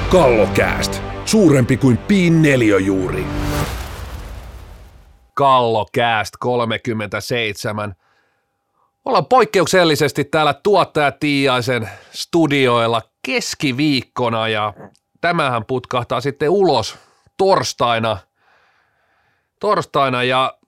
Kallokääst. Suurempi kuin Piin neliöjuuri. Kallokääst 37. Ollaan poikkeuksellisesti täällä tuottaja Tiiaisen studioilla keskiviikkona ja tämähän putkahtaa sitten ulos torstaina ja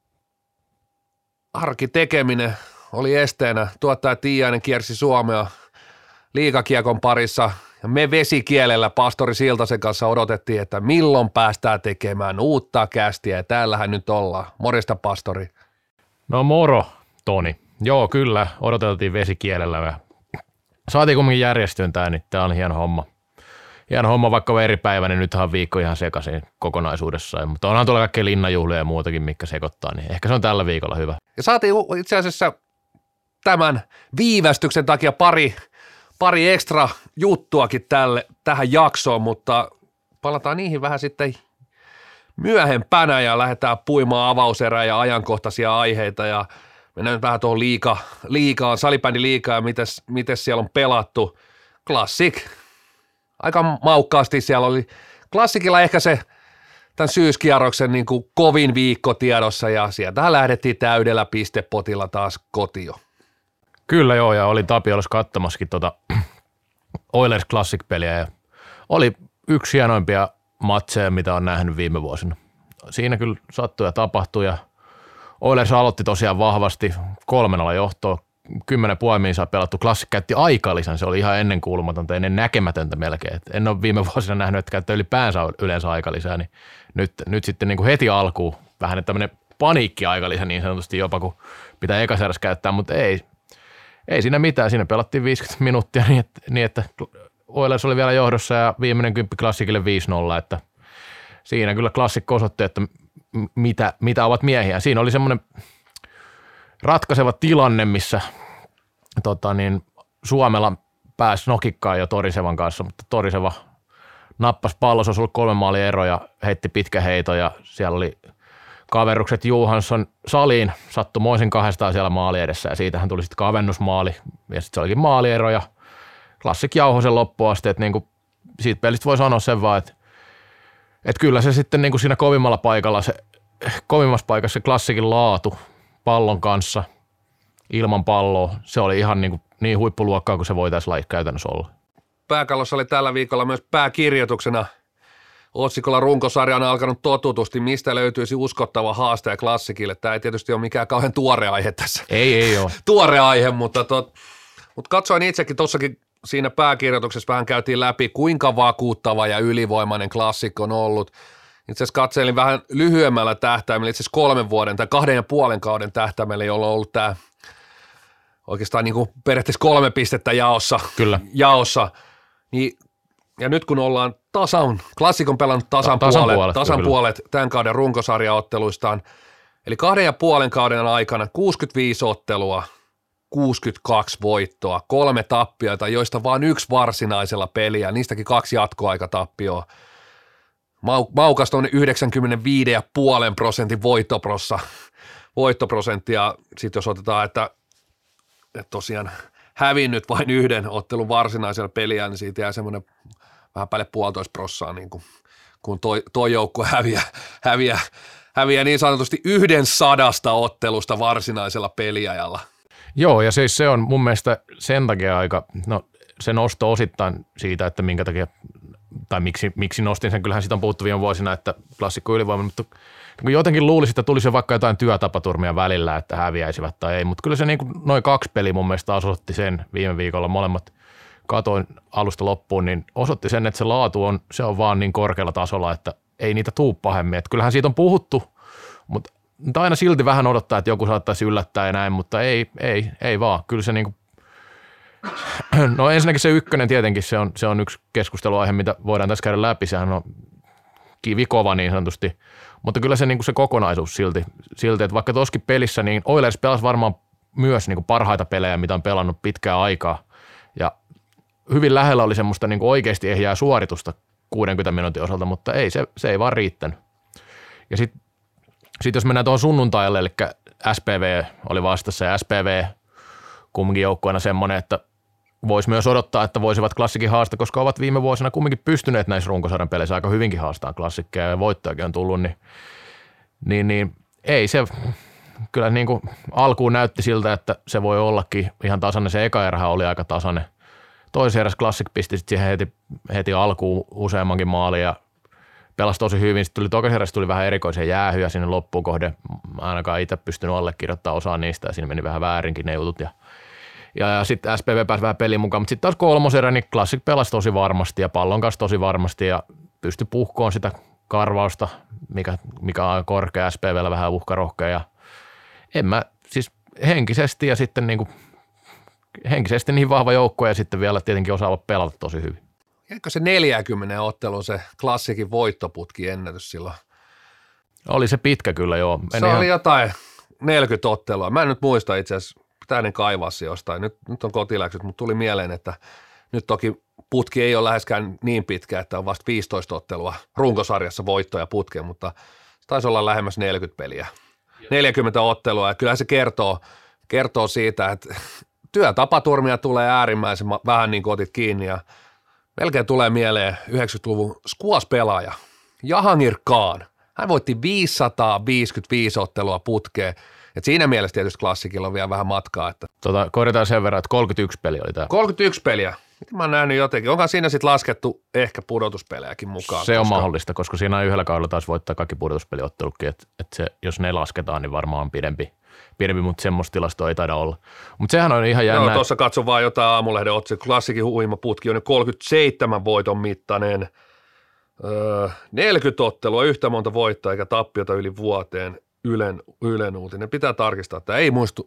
arkitekeminen oli esteenä. Tuottaja Tiiainen kiersi Suomea liigakiekon parissa ja me vesikielellä pastori Siltasen kanssa odotettiin, että milloin päästään tekemään uutta kästiä ja täällähän nyt ollaan. Morjesta pastori. No moro Toni. Joo kyllä, odoteltiin vesikielellä ja saatiin kumminkin järjestyyn tää, niin tää on hieno homma. Hieno homma, vaikka on eri päivä, niin nythän on viikko ihan sekaisin kokonaisuudessaan, mutta onhan tuolla kaikkea linnanjuhlia ja muutakin, mitkä sekoittaa, niin ehkä se on tällä viikolla hyvä. Ja saatiin itse asiassa tämän viivästyksen takia pari ekstra juttuakin tähän jaksoon, mutta palataan niihin vähän sitten myöhempänä ja lähdetään puimaan avauserää ja ajankohtaisia aiheita ja mennään nyt vähän tuohon liigaan, salibändiliigaan ja miten siellä on pelattu. Classic. Aika maukkaasti siellä oli. Klassikilla ehkä se tämän syyskierroksen niin kuin kovin viikko tiedossa ja sieltä lähdettiin täydellä pistepotilla taas kotiin. Kyllä joo, ja olin Tapiolas katsomassakin Oilers Classic-peliä ja oli yksi hienoimpia matseja, mitä on nähnyt viime vuosina. Siinä kyllä sattui ja tapahtui ja Oilers aloitti tosiaan vahvasti 3-0 johtoa, 10,5 minuuttia pelattu. Classic käytti aikalisän, se oli ihan ennenkuulumatonta, ennen näkemätöntä melkein. Et en ole viime vuosina nähnyt, että käyttää ylipäänsä yleensä aikalisää, niin nyt sitten niin kuin heti alkuun vähän tämmöinen paniikki-aikalisä niin sanotusti jopa, kun pitää ekaserässä käyttää, mutta ei siinä mitään. Siinä pelattiin 50 minuuttia niin, että Oilers oli vielä johdossa ja viimeinen kymppi Classicille 5-0, että siinä kyllä Classic osoitti, että mitä ovat miehiä. Siinä oli semmoinen ratkaiseva tilanne, missä Suomella pääsi nokikkaan jo Torisevan kanssa, mutta Toriseva nappasi pallossa, olisi ollut 3 maalin ero ja heitti pitkä heito ja siellä oli kaverukset Johansson Saliin, sattui moisin 200 siellä maali edessä ja siitähän tuli sitten kavennusmaali ja sitten se olikin maaliero ja Classic jauhoi sen loppuun asti, että niinku siitä pelistä voi sanoa sen vaan, että kyllä se sitten niinku siinä kovimmassa paikassa se Classicin laatu pallon kanssa ilman palloa, se oli ihan niin huippuluokkaa kuin se voitaisiin lajia käytännössä olla. Pääkallossa oli tällä viikolla myös pääkirjoituksena otsikolla runkosarja on alkanut totutusti, mistä löytyisi uskottava haastaja Classicille. Tämä ei tietysti ole mikään kauhean tuore aihe tässä. Ei ole. Tuore aihe, mutta katsoin itsekin tuossakin siinä pääkirjoituksessa vähän käytiin läpi, kuinka vakuuttava ja ylivoimainen Classic on ollut. Itse asiassa katselin vähän lyhyemmällä tähtäimellä, itse asiassa 3 vuoden tai 2,5 kauden tähtäimellä, jolla on ollut tämä oikeastaan niin kuin periaatteessa 3 pistettä jaossa. Niin, ja nyt kun ollaan Classic on pelannut tasan puolet tämän kauden runkosarjaotteluistaan, eli 2,5 kauden aikana 65 ottelua, 62 voittoa, 3 tappioita, joista vain 1 varsinaisella peliä, niistäkin 2 jatkoaikatappioa. Maukas on 95,5% voittoprosenttia. Sitten jos otetaan, että tosiaan hävinnyt vain 1 ottelun varsinaisella peliä, niin siitä jää semmoinen vähän päälle 1,5%, niin kun toi joukkue häviää niin sanotusti 100 ottelusta varsinaisella peliajalla. Joo, ja siis se on mun mielestä sen takia se nosto osittain siitä, että minkä takia tai miksi nostin sen, kyllähän siitä on puhuttu viime vuosina, että klassikko ylivoima, mutta jotenkin luulisi, että tulisi vaikka jotain työtapaturmia välillä, että häviäisivät tai ei, mutta kyllä se noin 2 peliä mun mielestä osoitti sen viime viikolla, molemmat katoin alusta loppuun, niin osoitti sen, että se laatu on vaan niin korkealla tasolla, että ei niitä tuu pahemmin, että kyllähän siitä on puhuttu, mutta aina silti vähän odottaa, että joku saattaisi yllättää ja näin, mutta ei vaan, kyllä se no ensinnäkin se ykkönen tietenkin, se on yksi keskusteluaihe, mitä voidaan tässä käydä läpi, sehän on kivikova niin sanotusti, mutta kyllä se, se kokonaisuus silti, että vaikka tuossakin pelissä, niin Oilers pelasi varmaan myös parhaita pelejä, mitä on pelannut pitkää aikaa, ja hyvin lähellä oli semmoista oikeasti ehjää suoritusta 60 minuutin osalta, mutta se ei vaan riittänyt. Ja sitten jos mennään tuohon sunnuntaille, eli SPV oli vastassa, ja SPV kumminkin joukkueena semmoinen, että voisi myös odottaa, että voisivat Classicin haastaa, koska ovat viime vuosina kumminkin pystyneet näissä runkosarjan peleissä aika hyvinkin haastamaan Classicia ja voittojakin on tullut, niin ei se kyllä niin kuin alkuun näytti siltä, että se voi ollakin ihan tasainen. Se eka erähän oli aika tasainen. Toisen eräs Classic pisti siihen heti alkuun useammankin maalin ja pelasi tosi hyvin. Sitten toisen eräs tuli vähän erikoisia jäähyjä sinne loppuun kohden. Ainakaan itse pystynyt allekirjoittamaan osaa niistä ja siinä meni vähän väärinkin ne jutut. Ja sitten SPV pääsi vähän peliin mukaan, mutta sitten taas kolmoserä, niin Classic pelasi tosi varmasti ja pallon kanssa tosi varmasti ja pystyi puhkoon sitä karvausta, mikä on korkea SPVllä vähän uhkarohkea. Ja en mä siis henkisesti ja sitten henkisesti niin vahva joukko ja sitten vielä tietenkin osaavat pelata tosi hyvin. Eikö se 40 ottelu se Classicin voittoputki ennätys silloin? Oli se pitkä kyllä, joo. Oli jotain 40 ottelua. Mä en nyt muista itse asiassa, pitää ne kaivaa se jostain. Nyt on kotiläksyt, mutta tuli mieleen, että nyt toki putki ei ole läheskään niin pitkä, että on vasta 15 ottelua runkosarjassa voittoja putkeen, mutta se taisi olla lähemmäs 40 peliä. 40 ottelua ja kyllä se kertoo siitä, että työtapaturmia tulee äärimmäisen vähän niin kuin otit kiinni ja melkein tulee mieleen 90-luvun squash-pelaaja Jahangir Khan. Hän voitti 555 ottelua putkeen. Et siinä mielessä tietysti Classicilla on vielä vähän matkaa. Että korjataan sen verran, että 31 peliä oli tämä. 31 peliä. Miten mä oon nähnyt jotenkin? Onko siinä sitten laskettu ehkä pudotuspelejäkin mukaan? Se on mahdollista, koska siinä on yhdellä kaudella taas voittaa kaikki pudotuspeliottelutkin. Jos ne lasketaan, niin varmaan on pidempi, mutta semmoista tilastoa ei taida olla. Mutta sehän on ihan jännä. Joo, tuossa katson vaan jotain Aamulehden otsikko. Classicin huimaputki on 37 voiton mittainen. 40 ottelua, yhtä monta voittaa eikä tappiota yli vuoteen. Ylen uutinen. Pitää tarkistaa, että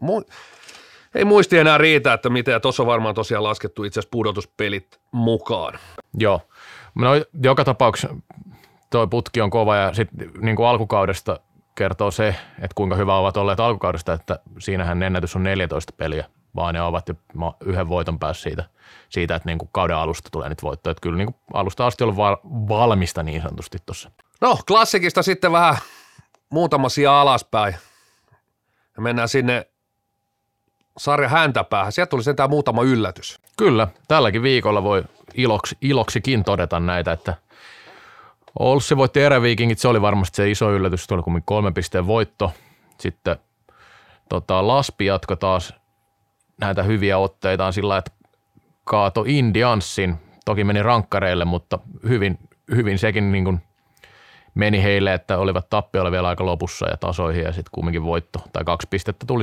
ei muisti enää riitä, että miten, ja tuossa on varmaan tosiaan laskettu itse asiassa pudotuspelit mukaan. Joo. No, joka tapauksessa toi putki on kova ja sitten niin kuin alkukaudesta kertoo se, että kuinka hyvä ovat olleet alkukaudesta, että siinähän ennätys on 14 peliä, vaan ne ovat jo yhden voiton päässä siitä että niin kuin kauden alusta tulee nyt voittoja. Että kyllä niin kuin alusta asti on valmista niin sanotusti tuossa. No, Classicista sitten vähän muutama sija alaspäin ja mennään sinne sarjan häntäpäähän. Sieltä tuli sentään muutama yllätys. Kyllä, tälläkin viikolla voi iloksikin todeta näitä, että Olssi voitti Eräviikingit, se oli varmasti se iso yllätys, se oli kummin 3 pisteen voitto. Sitten Laspi jatkoi taas näitä hyviä otteitaan sillä, että kaato Indianssin, toki meni rankkareille, mutta hyvin sekin niin kuin meni heille, että olivat tappioilla vielä aika lopussa ja tasoihin ja sitten kumminkin voitto tai 2 pistettä tuli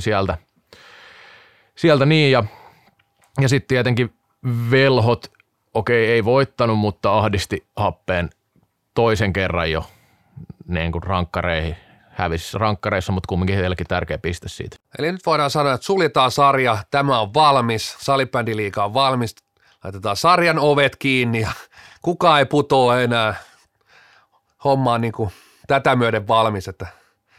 sieltä niin ja sitten tietenkin Velhot, okei ei voittanut, mutta ahdisti happeen toisen kerran jo niin kuin rankkareihin. Hävisi rankkareissa, mutta kumminkin heillekin tärkeä piste siitä. Eli nyt voidaan sanoa, että suljetaan sarja, tämä on valmis, salibändiliiga on valmis, laitetaan sarjan ovet kiinni ja kukaan ei putoa enää. Homma on niin kuin tätä myöden valmis, että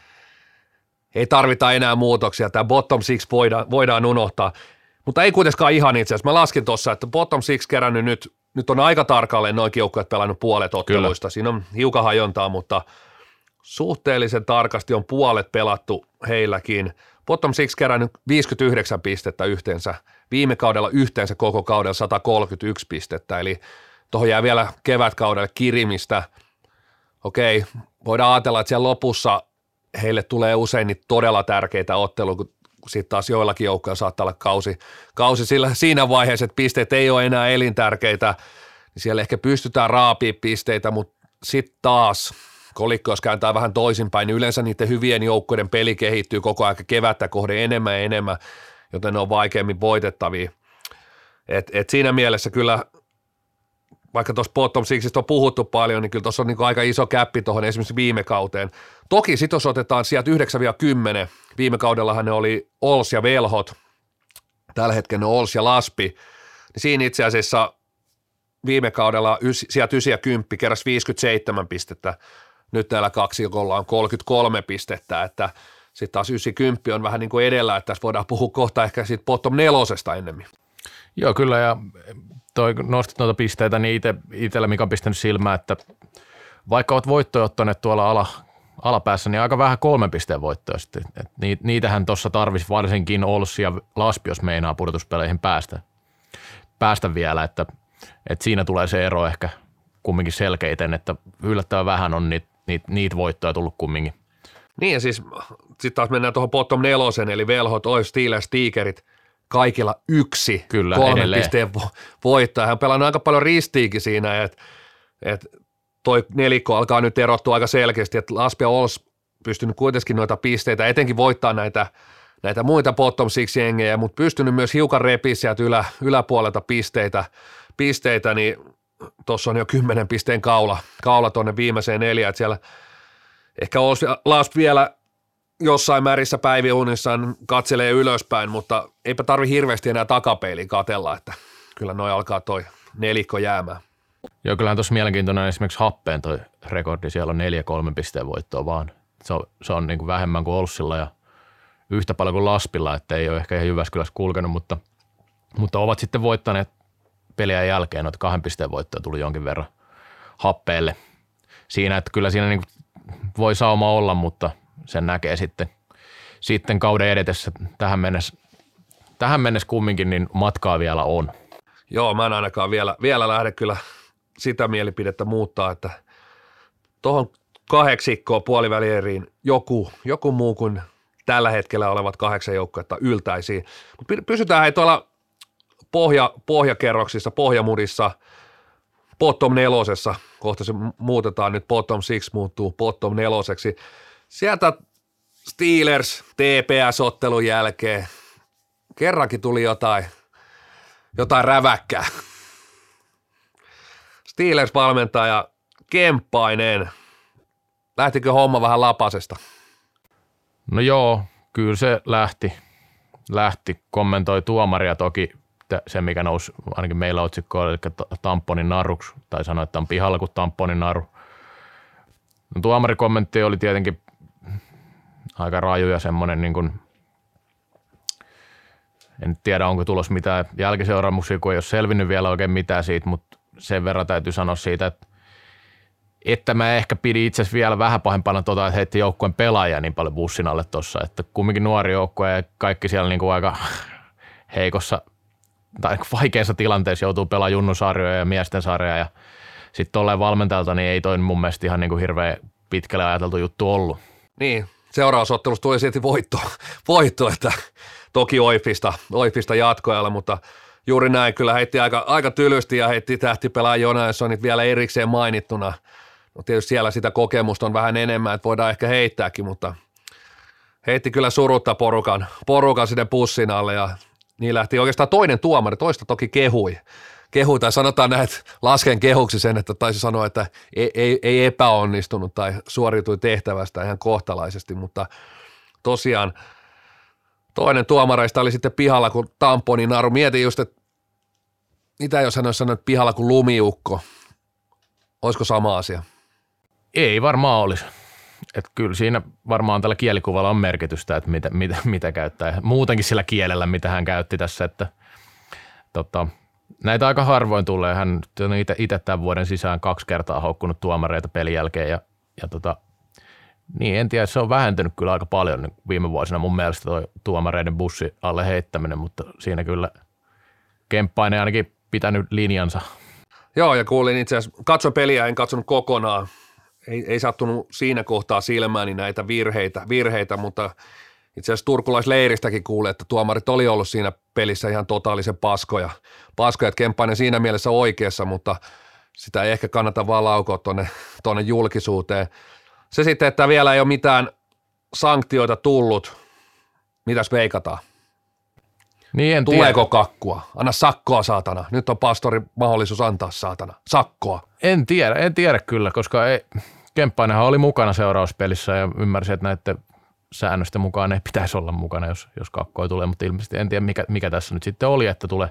ei tarvita enää muutoksia. Tämä bottom six voidaan unohtaa, mutta ei kuitenkaan ihan itse asiassa. Mä laskin tuossa, että bottom six kerännyt nyt on aika tarkalleen noinkin joukkueet pelannut puolet otteluista. Kyllä. Siinä on hiukan hajontaa, mutta suhteellisen tarkasti on puolet pelattu heilläkin. Bottom six kerännyt 59 pistettä yhteensä. Viime kaudella yhteensä koko kaudella 131 pistettä, eli tuohon jää vielä kevätkaudelle kirimistä. Okei, voidaan ajatella, että siellä lopussa heille tulee usein niitä todella tärkeitä otteluja, kun sitten taas joillakin joukkoja saattaa olla kausi sillä siinä vaiheessa, että pisteet ei ole enää elintärkeitä, niin siellä ehkä pystytään raapimaan pisteitä, mutta sitten taas kolikko, jos kääntää vähän toisinpäin, niin yleensä niiden hyvien joukkojen peli kehittyy koko ajan kevättä kohden enemmän ja enemmän, joten ne on vaikeammin voitettavia. Et siinä mielessä kyllä, vaikka tuossa bottom sixistä on puhuttu paljon, niin kyllä tuossa on niin aika iso käppi tuohon esimerkiksi viime kauteen. Toki sitten jos otetaan sieltä 9-10, viime kaudellahan ne oli Ols ja Velhot, tällä hetkellä ne on Ols ja Laspi, niin siinä itse asiassa viime kaudella sieltä 9 ja 10 keräsi 57 pistettä, nyt näillä kaksikolla on 33 pistettä, että sitten taas 9-10 on vähän niin kuin edellä, että tässä voidaan puhua kohta ehkä siitä bottom 4 ennemmin. Joo, kyllä, ja nostit noita pisteitä, niin itsellä mikä on pistänyt silmään, että vaikka olet voittoja ottaneet tuolla alapäässä, niin aika vähän 3 pisteen voittoja sitten. Niitähän tuossa tarvisi varsinkin Ols ja Laspi, jos meinaa pudotuspeleihin päästä. päästä vielä, että siinä tulee se ero ehkä kumminkin selkeiten, että yllättävän vähän on niitä voittoja tullut kumminkin. Niin ja siis sitten taas mennään tuohon bottom 4, eli velhot, Oilers, Steelers, Tigerit, kaikilla yksi Kyllä, 3 edelleen. pisteen voittaa. Hän on pelannut aika paljon ristiikin siinä, että toi nelikko alkaa nyt erottua aika selkeästi, että Laspi ja Ols pystynyt kuitenkin noita pisteitä, etenkin voittaa näitä muita bottom 6 jengejä, mutta pystynyt myös hiukan repiä sieltä yläpuolelta pisteitä, niin tuossa on jo 10 pisteen kaula tuonne viimeiseen 4, että siellä ehkä Lasp vielä jossain määrissä päiviunissaan katselee ylöspäin, mutta eipä tarvi hirveästi enää takapeiliin katella, että kyllä noi alkaa toi nelikko jäämään. Joo, kyllähän tuossa mielenkiintoinen esimerkiksi Happeen toi rekordi, siellä on 4-3 pisteen voittoa vaan. Se on niin kuin vähemmän kuin Olssilla ja yhtä paljon kuin Laspilla, että ei ole ehkä ihan Jyväskylässä kulkenut, mutta ovat sitten voittaneet peliä jälkeen, noita 2 pisteen voittoja tuli jonkin verran Happeelle. Siinä, että kyllä siinä niin kuin voi sauma olla, mutta sen näkee sitten kauden edetessä tähän mennessä kumminkin, niin matkaa vielä on. Joo, mä en ainakaan vielä lähde kyllä sitä mielipidettä muuttaa, että tuohon 8 puolivälieriin joku muu kuin tällä hetkellä olevat 8 joukkuetta yltäisiin. Mutta pysytään tuolla pohjakerroksissa, pohjamudissa, bottom 4, kohta se muutetaan nyt, bottom 6 muuttuu bottom 4. Sieltä Steelers TPS-ottelun jälkeen kerrankin tuli jotain räväkkää. Steelers-valmentaja Kemppainen, lähtikö homma vähän lapasesta? No joo, kyllä se lähti, kommentoi tuomaria toki se, mikä nousi ainakin meillä otsikkoon, eli tamponin naruksi, tai sanoi, että on pihalla kuin tamponin naru. No, tuomarikommentti oli tietenkin aika raju ja semmoinen, niin kuin, en tiedä onko tulos mitään jälkiseuraamuksia, kun ei ole selvinnyt vielä oikein mitään siitä, mutta sen verran täytyy sanoa siitä, että mä ehkä pidin itse asiassa vielä vähän pahempana että heitti joukkueen pelaajia niin paljon bussin alle tuossa, että kumminkin nuori joukkue ja kaikki siellä niin kuin aika heikossa tai vaikeassa tilanteessa joutuu pelaamaan junnusarjoja ja miesten sarjoja ja sitten tolleen valmentajalta niin ei toi mun mielestä ihan niin kuin hirveän pitkälle ajateltu juttu ollut. Niin, seuraavassa ottelussa tuli silti voitto, että toki Oifista jatkoajalla, mutta juuri näin kyllä heitti aika tylysti ja heitti tähtipelaaja Jonasonit vielä erikseen mainittuna. No tietysti siellä sitä kokemusta on vähän enemmän, että voidaan ehkä heittääkin, mutta heitti kyllä surutta porukan sinne pussin alle ja niin lähti oikeastaan toinen tuomari, toista toki kehui tai sanotaan näin, että lasken kehuksi sen, että taisi sanoa, että ei epäonnistunut tai suoriutui tehtävästä ihan kohtalaisesti, mutta tosiaan toinen tuomareista oli sitten pihalla kuin tamponin naru. Mietin just, että mitä jos hän olisi sanonut pihalla kuin lumiukko, olisiko sama asia? Ei varmaan olisi. Että kyllä siinä varmaan tällä kielikuvalla on merkitystä, että mitä käyttää. Ja muutenkin sillä kielellä, mitä hän käytti tässä, että näitä aika harvoin tulee. Hän on itse tämän vuoden sisään 2 kertaa haukkunut tuomareita pelin jälkeen ja niin en tiedä, se on vähentynyt kyllä aika paljon viime vuosina mun mielestä tuo tuomareiden bussi alle heittäminen, mutta siinä kyllä Kemppainen ainakin pitänyt linjansa. Joo, ja kuulin itse asiassa, katsoin peliä, en katsonut kokonaan. Ei sattunut siinä kohtaa silmääni näitä virheitä, mutta itse asiassa turkulaisleiristäkin kuuli, että tuomarit oli ollut siinä pelissä ihan totaalisen paskoja, että Kemppainen siinä mielessä oikeassa, mutta sitä ei ehkä kannata vaan laukoa tuonne julkisuuteen. Se sitten, että vielä ei ole mitään sanktioita tullut, mitäs veikataan? Niin tuleeko kakkua? Anna sakkoa, saatana. Nyt on pastorin mahdollisuus antaa, saatana. Sakkoa. En tiedä kyllä, koska Kemppainenhan oli mukana seurauspelissä ja ymmärsin, että näiden säännösten mukaan ei pitäisi olla mukana, jos kakkoa tulee, mutta ilmeisesti en tiedä, mikä tässä nyt sitten oli,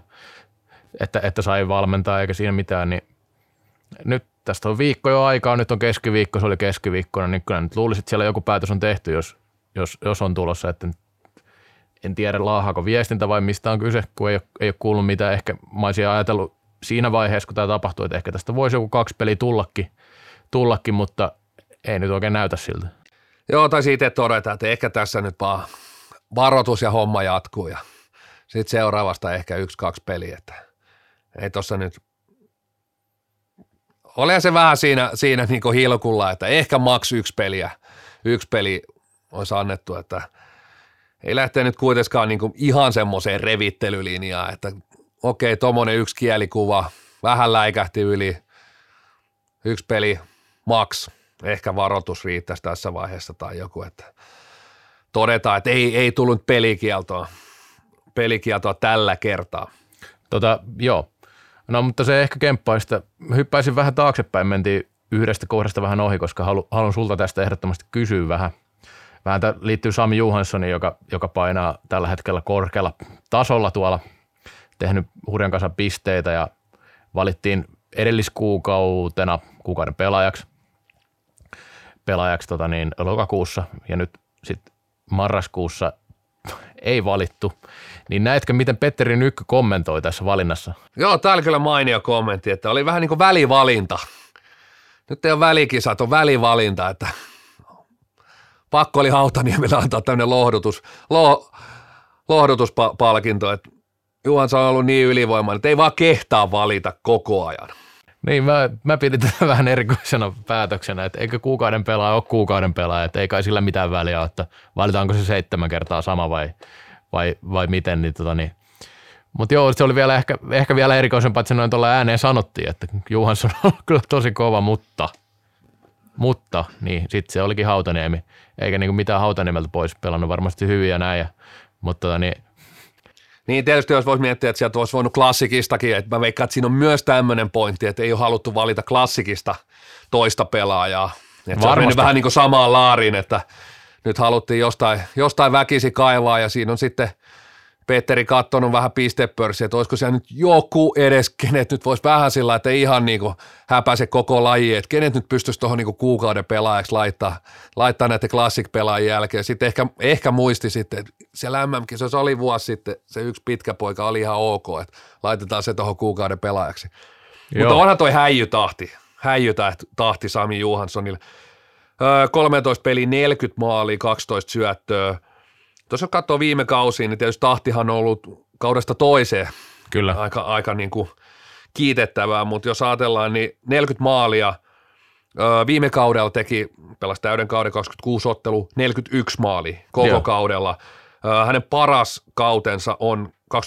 että sai valmentaa eikä siinä mitään, niin nyt tästä on viikko jo aikaa, nyt on keskiviikko, se oli keskiviikkona, niin kyllä nyt luulisin, että siellä joku päätös on tehty, jos on tulossa, että en tiedä laahaako viestintä vai mistä on kyse, kun ei ole kuullut mitään, ehkä mä olisin ajatellut siinä vaiheessa, kun tämä tapahtui, että ehkä tästä voisi joku 2 peliä tullakin, mutta ei nyt oikein näytä siltä. Joo, tai siitä todeta, että ehkä tässä nyt vaan varoitus ja homma jatkuu ja sitten seuraavasta ehkä 1-2 peliä, että ei tossa nyt, olihan se vähän siinä niin kuin hilkulla, että ehkä maks yksi peli olisi annettu, että ei lähteä nyt kuitenkaan niin kuin ihan semmoiseen revittelylinjaan, että okei, tommonen yksi kielikuva, vähän läikähti yli, yksi peli, maks, ehkä varoitus riittäisi tässä vaiheessa tai joku, että todetaan, että ei tullut pelikieltoa tällä kertaa. Joo, no mutta se ehkä kemppaista, hyppäisin vähän taaksepäin, mentiin yhdestä kohdasta vähän ohi, koska haluan sulta tästä ehdottomasti kysyä vähän. Vähän liittyy Sami Johanssoniin, joka painaa tällä hetkellä korkealla tasolla tuolla, tehnyt hurjan kanssa pisteitä ja valittiin edelliskuukautena kuukauden pelaajaksi lokakuussa ja nyt sitten marraskuussa ei valittu. Niin näetkö, miten Petteri Nykkö kommentoi tässä valinnassa? Joo, tää oli kyllä mainio kommentti, että oli vähän niin kuin välivalinta. Nyt ei ole välikisat, on välivalinta, että pakko oli Hautaniemellä antaa tämmöinen lohdutuspalkinto, että Johansson on ollut niin ylivoimainen, että ei vaan kehtaa valita koko ajan. Niin, mä pidin tätä vähän erikoisena päätöksenä, että eikö kuukauden pelaaja ole kuukauden pelaaja, että ei kai sillä mitään väliä, että valitaanko se 7 kertaa sama vai miten. Niin. Mutta joo, se oli vielä ehkä vielä erikoisempaa, että se noin tuolla ääneen sanottiin, että Johansson on kyllä tosi kova, mutta niin sitten se olikin Hautaniemi, eikä niinku mitään Hautaniemeltä pois pelannut, varmasti hyvin ja näin, mutta Niin tietysti jos voisi miettiä, että sieltä olisi voinut klassikistakin, että mä veikkaan, että siinä on myös tämmöinen pointti, että ei ole haluttu valita klassikista toista pelaajaa. Että se on mennyt vähän niin kuin samaan laariin, että nyt haluttiin jostain väkisi kaivaa ja siinä on sitten Petteri katsonut vähän pistepörssiä, että olisiko siellä nyt joku edes, kenet nyt voisi vähän sillä, että ei ihan niin kuin häpäise koko laji, että kenet nyt pystyisi tuohon niin kuin kuukauden pelaajaksi laittaa näiden classic-pelaajien jälkeen. Sitten ehkä muisti sitten, että siellä MM-kisoissa oli vuosi sitten, se yksi pitkä poika oli ihan ok, että laitetaan se tuohon kuukauden pelaajaksi. Joo. Mutta onhan toi häijytahti Sami Johanssonille. 13 peliä, 40 maalia, 12 syöttöä. Tuossa jos katsoo viime kausiin, niin tietysti tahtihan on ollut kaudesta toiseen kyllä aika niin kuin kiitettävää, mutta jos ajatellaan, niin 40 maalia viime kaudella pelasi täyden kauden 26 ottelua, 41 maalia koko kaudella. Hänen paras kautensa on 2016-2017,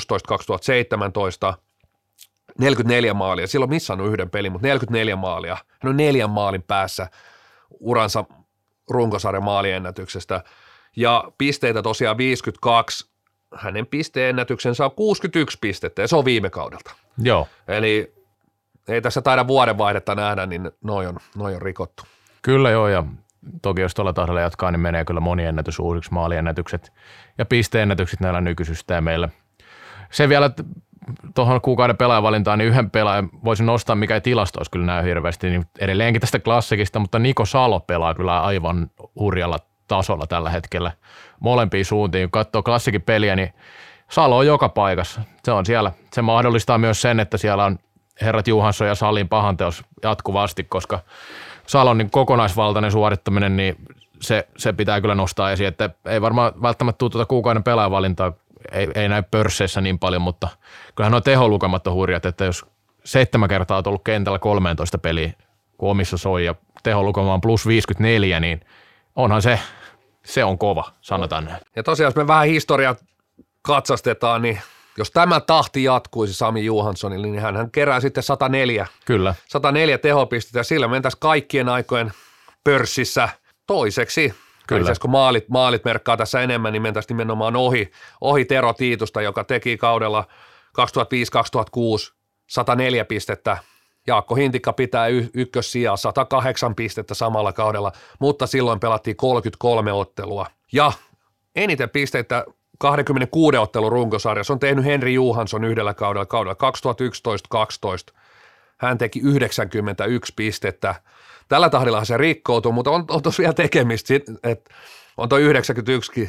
44 maalia. Silloin missään on yhden pelin, mutta 44 maalia. Hän on 4 maalin päässä uransa runkosarjan maaliennätyksestä. Ja pisteitä tosiaan 52, hänen pisteennätyksensä on 61 pistettä ja se on viime kaudelta. Joo. Eli ei tässä taida vuodenvaihdetta nähdä, niin noi on rikottu. Kyllä joo, ja toki jos tuolla tahdella jatkaa, niin menee kyllä moniennätys uusiksi, maaliennätykset ja pisteennätykset näillä nykysysteemeillä. Se vielä tuohon kuukauden pelaajavalintaan, niin yhden pelaajan voisin nostaa, mikä ei tilastoissa kyllä näy hirveästi, niin edelleenkin tästä klassikista, mutta Niko Salo pelaa kyllä aivan hurjalla tasolla tällä hetkellä molempiin suuntiin. Kun katsoo klassikin peliä, niin Salo on joka paikassa. Se on siellä. Se mahdollistaa myös sen, että siellä on herrat Johansson ja Salin pahanteos jatkuvasti, koska Salon niin kokonaisvaltainen suorittaminen, niin se pitää kyllä nostaa esiin, että ei varmaan välttämättä tule tuota kuukauden pelaajavalintaa, ei näy pörsseissä niin paljon, mutta kyllähän nuo teholukemat on hurjat, että jos 7 kertaa on ollut kentällä 13 peliä, kun omissa soi ja teholukema on plus 54, niin onhan se on kova, sanotaan näin. Ja tosiaan, jos me vähän historiaa katsastetaan, niin jos tämä tahti jatkuisi Sami Johanssonille, niin hän kerää sitten 104. Kyllä. 104 tehopistettä ja sillä mentäisiin kaikkien aikojen pörssissä toiseksi. Kyllä. Kun maalit merkkaa tässä enemmän, niin mentäisiin nimenomaan ohi Tero Tiitusta, joka teki kaudella 2005-2006 104 pistettä. Jaakko Hintikka pitää ykkössijaa 108 pistettä samalla kaudella, mutta silloin pelattiin 33 ottelua. Ja eniten pisteitä 26 ottelun runkosarjassa on tehnyt Henri Johansson yhdellä kaudella 2011-2012. Hän teki 91 pistettä. Tällä tahdillahan se rikkoutuu, mutta on tuossa vielä tekemistä, että on tuo 91kin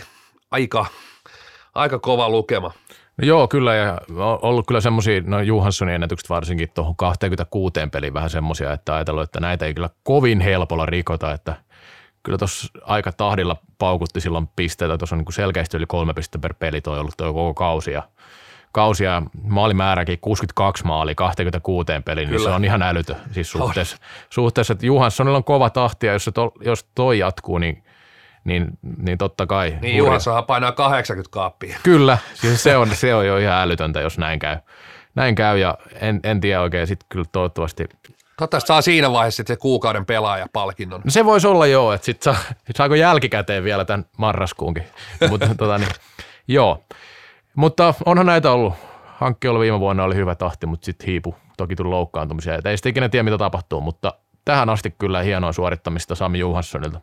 aika kova lukema. No joo, kyllä, ja on ollut kyllä semmoisia, no Johanssonin ennätykset varsinkin tuohon 26 peliin vähän semmoisia, että ajatellut, että näitä ei kyllä kovin helpolla rikota, että kyllä tuossa aika tahdilla paukutti silloin pisteitä, tuossa on niin kuin selkeästi yli 3 pistettä per peli toi ollut tuo koko kausi, ja kausia maalimääräkin 62 maalia 26 peliin, niin se on ihan älytön siis suhteessa, että Johanssonilla on kova tahti ja jos toi jatkuu, niin totta kai. Niin Johanssonhan painaa 80 kaappia. Kyllä, siis se on jo ihan älytöntä, jos näin käy ja en tiedä oikein sitten kyllä toivottavasti. Toivottavasti saa siinä vaiheessa sitten se kuukauden pelaajapalkinnon. No se voisi olla joo, että sitten saako jälkikäteen vielä tämän marraskuunkin, mutta joo. Mutta onhan näitä ollut. Hankki oli viime vuonna oli hyvä tahti, mutta sitten hiipu. Toki tuli loukkaantumisia. Ei sitten ikinä tiedä, mitä tapahtuu, mutta tähän asti kyllä hienoa suorittamista Sami Johanssonilta.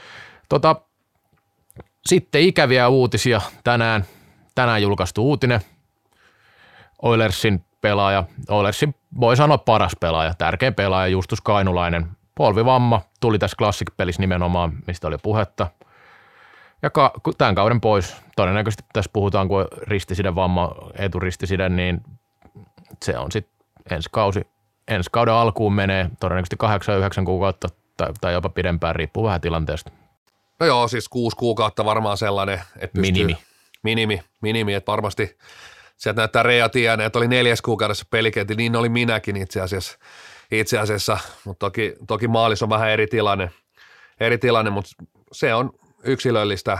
Sitten ikäviä uutisia. Tänään julkaistu uutinen. Oilersin pelaaja, Oilersin voi sanoa paras pelaaja, tärkein pelaaja, Justus Kainulainen. Polvivamma tuli tässä Classic-pelissä nimenomaan, mistä oli puhetta. Ja tämän kauden pois. Todennäköisesti tässä puhutaan, kun ristisiden vamma, eturistisiden, niin se on sitten ensi kauden alkuun menee todennäköisesti 8-9 kuukautta tai jopa pidempään, riippuu vähän tilanteesta. No joo, siis 6 kuukautta varmaan sellainen, että pystyy. Minimi, että varmasti sieltä näyttää Rea Tiainen, että oli 4 kuukaudessa pelikentillä, niin oli minäkin itse asiassa, mutta toki maalis on vähän eri tilanne, mutta se on yksilöllistä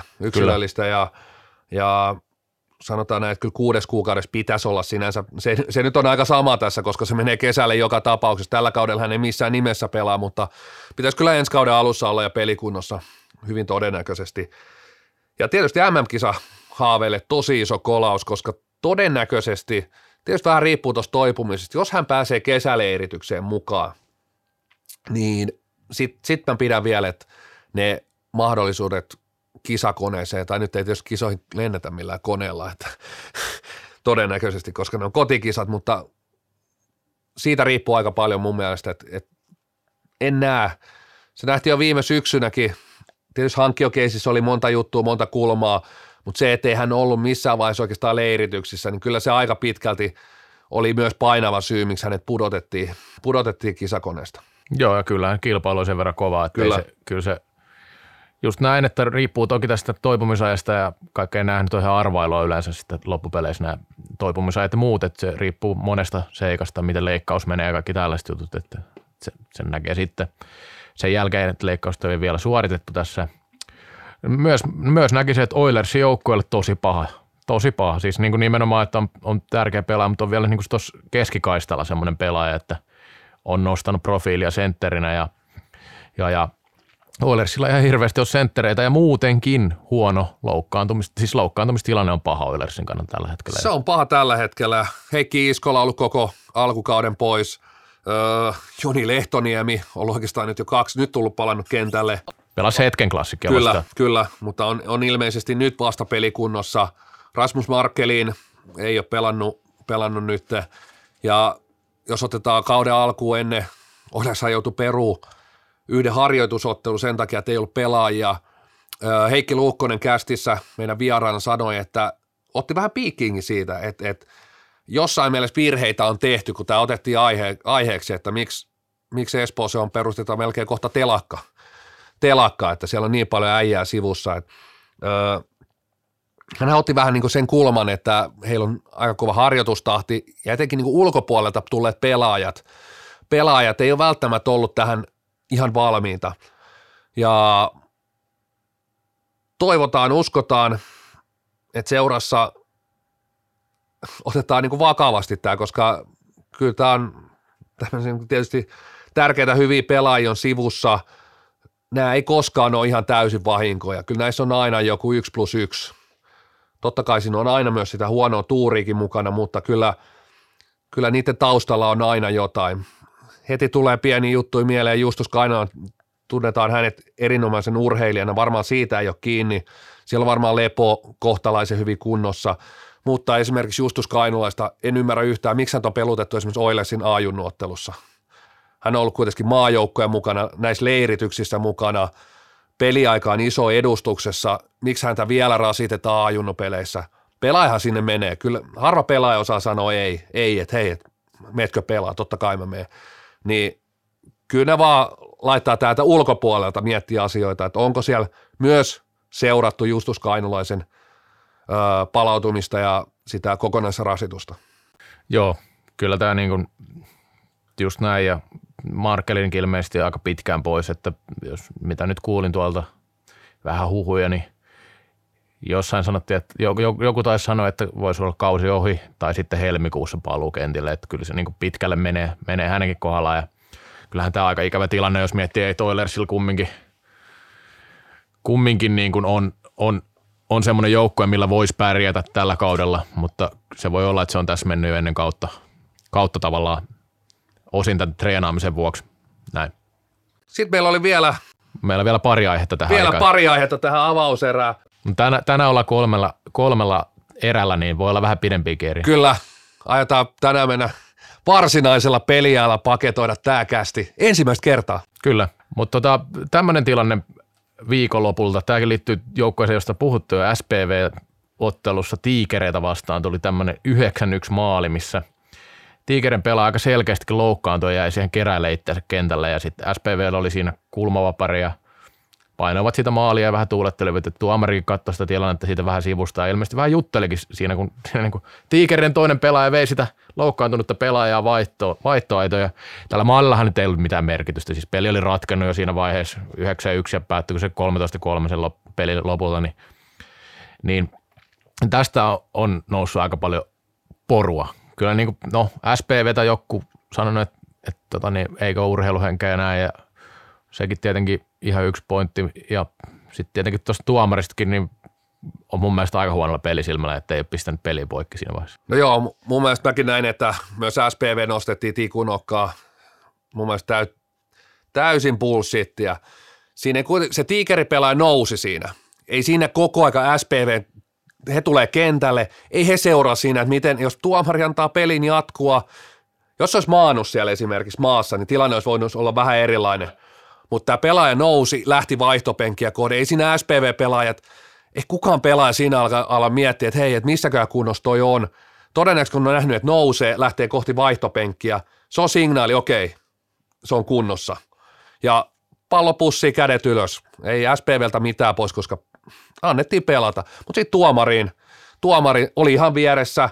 ja sanotaan näin, että kyllä 6 kuukaudessa pitäisi olla sinänsä, se nyt on aika sama tässä, koska se menee kesälle joka tapauksessa, tällä kaudella hän ei missään nimessä pelaa, mutta pitäisi kyllä ensi kauden alussa olla ja pelikunnossa hyvin todennäköisesti. Ja tietysti MM-kisa haaveille tosi iso kolaus, koska todennäköisesti, tietysti vähän riippuu tuosta toipumisesta, jos hän pääsee kesäleiritykseen mukaan, niin sit mä pidän vielä, että ne mahdollisuudet kisakoneeseen, tai nyt ei tietysti kisoihin lennetä millään koneella, että todennäköisesti, koska ne on kotikisat, mutta siitä riippuu aika paljon mun mielestä, että en näe. Se nähtiin jo viime syksynäkin, tietysti hankkiokeisissä oli monta juttua, monta kulmaa, mutta se, ettei hän ollut missään vaiheessa oikeastaan leirityksissä, niin kyllä se aika pitkälti oli myös painava syy, miksi hänet pudotettiin kisakoneesta. Joo, ja kyllä kilpailu on sen verran kovaa, että kyllä se just näin, että riippuu toki tästä toipumisajasta ja kaikkea näähän nyt on ihan arvailua yleensä sitten loppupeleissä nämä toipumisajat ja muut, että se riippuu monesta seikasta, miten leikkaus menee ja kaikki tällaiset jutut, että sen näkee sitten sen jälkeen, että leikkausta ei vielä suoritettu tässä. Myös näkisin, että Oilersin joukkueelle tosi paha, siis niin kuin nimenomaan, että on tärkeä pelaaja, mutta on vielä niin kuin tuossa keskikaistalla semmoinen pelaaja, että on nostanut profiilia sentterinä ja Oilersilla ihan hirveästi on senttereitä ja muutenkin huono loukkaantumistilanne on paha Oilersin kannalta tällä hetkellä. Se on paha tällä hetkellä. Heikki Iskola on ollut koko alkukauden pois. Joni Lehtoniemi on oikeastaan nyt jo 2 nyt tullut palannut kentälle. Pelasi hetken Klassikkia vastaan. Kyllä, mutta on ilmeisesti nyt vasta pelikunnossa. Rasmus Markkelin ei ole pelannut nyt. Ja jos otetaan kauden alkuun ennen, Oilershan joutui peruun yhden harjoitusottelu sen takia, että ei ollut pelaajia. Heikki Luukkonen kästissä meidän vieraana sanoi, että otti vähän piikkiinkin siitä, että jossain mielessä virheitä on tehty, kun tämä otettiin aiheeksi, että miksi Espoossa on perustettu melkein kohta telakka, että siellä on niin paljon äijää sivussa. Hän otti vähän niin kuin sen kulman, että heillä on aika kova harjoitustahti ja etenkin niin kuin ulkopuolelta tulleet pelaajat ei ole välttämättä ollut tähän ihan valmiita. Ja toivotaan, uskotaan, että seurassa otetaan niin kuin vakavasti tämä, koska kyllä tämä on tietysti tärkeitä hyviä pelaajia on sivussa. Nämä ei koskaan ole ihan täysin vahinkoja. Kyllä näissä on aina joku 1+1. Totta kai siinä on aina myös sitä huonoa tuuriikin mukana, mutta kyllä niiden taustalla on aina jotain. Heti tulee pieni juttu mieleen. Justus Kainala, tunnetaan hänet erinomaisen urheilijana. Varmaan siitä ei ole kiinni. Siellä on varmaan lepo kohtalaisen hyvin kunnossa. Mutta esimerkiksi Justus Kainulaista en ymmärrä yhtään, miksi hän on pelutettu esimerkiksi Oilersin A-junnuottelussa. Hän on ollut kuitenkin maajoukkojen mukana, näissä leirityksissä mukana, peliaikaan iso edustuksessa. Miksi häntä vielä rasitetaan A-junnupeleissä? Pelaajahan sinne menee. Kyllä harva pelaaja osaa sanoa ei, että hei, meetkö pelaa, totta kai mä menen. Niin kyllä ne vaan laittaa täältä ulkopuolelta miettiä asioita, että onko siellä myös seurattu Justus Kainulaisen palautumista ja sitä kokonaisrasitusta. Joo, kyllä tämä niin kuin just näin ja Markkelinkin ilmeisesti aika pitkään pois, että jos mitä nyt kuulin tuolta vähän huhuja, niin jossain sanottiin, että joku taisi sanoa, että voisi olla kausi ohi tai sitten helmikuussa paluu kentille, että kyllä se niin kuin pitkälle menee hänenkin kohdallaan ja kyllähän tämä aika ikävä tilanne, jos miettii, että Oilersilla kumminkin niin kuin on semmoinen joukkue, millä voisi pärjätä tällä kaudella, mutta se voi olla, että se on tässä mennyt jo ennen kautta tavallaan osin tämän treenaamisen vuoksi. Näin. Sitten meillä oli vielä pari aihetta tähän avauserään. Tänään ollaan kolmella erällä, niin voi olla vähän pidempiäkin eri. Kyllä, aiotaan tänään mennä varsinaisella peliajalla paketoida tää kästi ensimmäistä kertaa. Kyllä, mutta tämmöinen tilanne viikonlopulta, tämäkin liittyy joukkueeseen, josta puhuttu jo SPV-ottelussa Tiikereitä vastaan, tuli tämmöinen 9-1 maali, missä Tiikeren pelaa aika selkeästikin loukkaantui ja jäi siihen keräille itseänsä kentälle ja sitten SPVllä oli siinä kulmavapari ja painoivat sitä maalia ja vähän tuulettelivat, että tuomarikin katsoi sitä tilannetta siitä vähän sivusta ja ilmeisesti vähän juttelikin siinä, kun Tiikerin toinen pelaaja vei sitä loukkaantunutta pelaajaa vaihtoaitoja. Ja tällä maalillahan nyt ei ollut mitään merkitystä, siis peli oli ratkennut jo siinä vaiheessa 9-1 ja päättyi se 13-3 sen pelin lopulta, niin tästä on noussut aika paljon porua. Kyllä niin kuin, SPVtä joku sanonut, että eikö urheiluhenkeä ja näin ja sekin tietenkin ihan yksi pointti ja sitten tietenkin tuosta tuomaristakin niin on mun mielestä aika huonolla pelisilmällä, että ei ole pistänyt peliä poikki siinä vaiheessa. No joo, mun mielestä mäkin näin, että myös SPV nostettiin tikunokkaa. Mun mielestä täysin bullshittia. Siinä se tiikeripelaaja nousi siinä. Ei siinä koko aika SPV, he tulee kentälle, ei he seuraa siinä, että miten, jos tuomari antaa pelin jatkua, jos olisi maannut siellä esimerkiksi maassa, niin tilanne olisi voinut olla vähän erilainen. Mutta tämä pelaaja nousi, lähti vaihtopenkkiä kohden. Ei siinä SPV-pelaajat, ei kukaan pelaaja siinä ala miettiä, että hei, että missäkään kunnossa toi on. Todennäköisesti kun on nähnyt, että nousee, lähtee kohti vaihtopenkkiä, se on signaali, okei, se on kunnossa. Ja pallo pussii, kädet ylös. Ei SPVltä mitään pois, koska annettiin pelata. Mutta sitten tuomari oli ihan vieressä,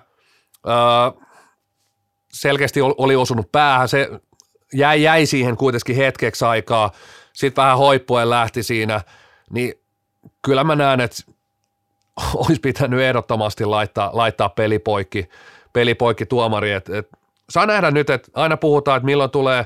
selkeästi oli osunut päähän, se jäi siihen kuitenkin hetkeksi aikaa, sitten vähän hoippuen lähti siinä, niin kyllä mä näen, että olisi pitänyt ehdottomasti laittaa pelipoikki tuomari. Saa nähdä nyt, että aina puhutaan, että milloin tulee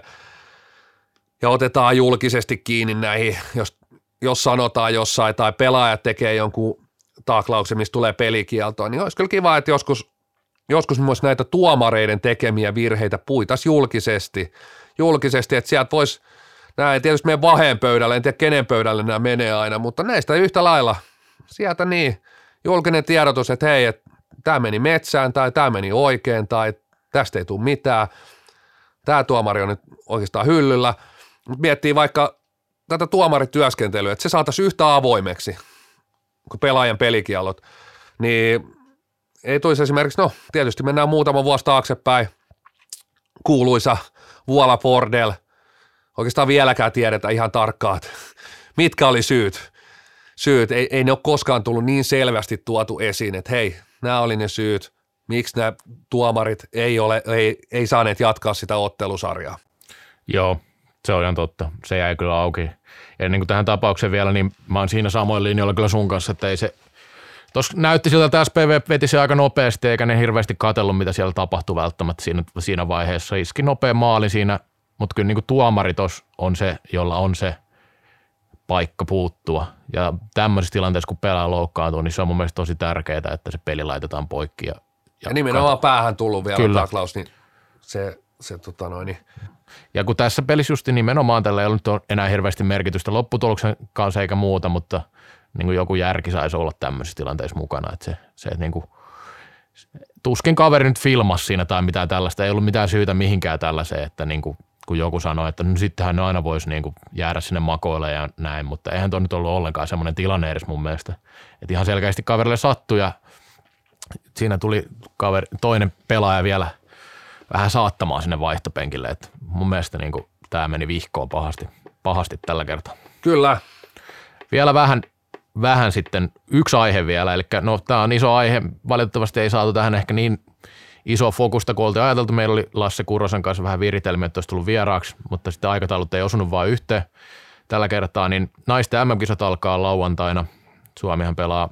ja otetaan julkisesti kiinni näihin, jos sanotaan jossain tai pelaajat tekee jonkun taklauksen, mistä tulee pelikieltoa, niin olisi kyllä kiva, että joskus myös näitä tuomareiden tekemiä virheitä puitaisi julkisesti, että sieltä voisi, nämä ei tietysti mene Vaheen pöydälle, en tiedä kenen pöydälle nämä menee aina, mutta näistä yhtä lailla sieltä niin julkinen tiedotus, että hei, että tämä meni metsään tai tämä meni oikein tai tästä ei tule mitään, tämä tuomari on nyt oikeastaan hyllyllä, mutta miettii vaikka tätä tuomarityöskentelyä, että se saataisiin yhtä avoimeksi kuin pelaajan pelikiellot, niin ei tulisi esimerkiksi, tietysti mennään muutama vuosi taaksepäin, kuuluisa Vuola Bordel, oikeastaan vieläkään tiedetä ihan tarkkaan, mitkä oli syyt. Ei ne ole koskaan tullut niin selvästi tuotu esiin, että hei, nämä oli ne syyt, miksi nämä tuomarit ei saaneet jatkaa sitä ottelusarjaa. Joo, se on ihan totta. Se jäi kyllä auki. Ja niin kuin tähän tapaukseen vielä, niin mä oon siinä samoin linjoilla kyllä sun kanssa, että ei se, tuossa näytti siltä, että SPV veti se aika nopeasti, eikä ne hirveästi katsellut, mitä siellä tapahtui välttämättä siinä vaiheessa. Iski nopea maali siinä, mutta kyllä niin kuin tuomari tuossa on se, jolla on se paikka puuttua. Ja tämmöisessä tilanteessa, kun pelaa loukkaantuu, niin se on mun mielestä tosi tärkeää, että se peli laitetaan poikki. Ja nimenomaan päähän tullut vielä taklaus, niin se Ja kun tässä pelissä just nimenomaan tällä ei ollut enää hirveästi merkitystä lopputuloksen kanssa eikä muuta, mutta niin kuin joku järki saisi olla tämmöisissä tilanteissa mukana. Että se että niin kuin, tuskin kaveri nyt filmasi siinä tai mitään tällaista, ei ollut mitään syytä mihinkään tällaiseen, että niin kuin, kun joku sanoi, että no sittenhän ne aina voisi niin kuin jäädä sinne makoille ja näin, mutta eihän tuo nyt ollut ollenkaan semmoinen tilanne edes mun mielestä. Että ihan selkeästi kaverille sattui ja siinä tuli toinen pelaaja vielä vähän saattamaan sinne vaihtopenkille, että mun mielestä niin tämä meni vihkoon pahasti tällä kertaa. Kyllä. Vielä vähän vähän sitten yksi aihe vielä, eli no tämä on iso aihe, valitettavasti ei saatu tähän ehkä niin iso fokusta, kun oltiin ajateltu. Meillä oli Lasse Kurrosen kanssa vähän viritelmiä, että olisi tullut vieraaksi, mutta sitten aikataulut ei osunut vaan yhteen tällä kertaa, niin naisten MM-kisat alkaa lauantaina. Suomihan pelaa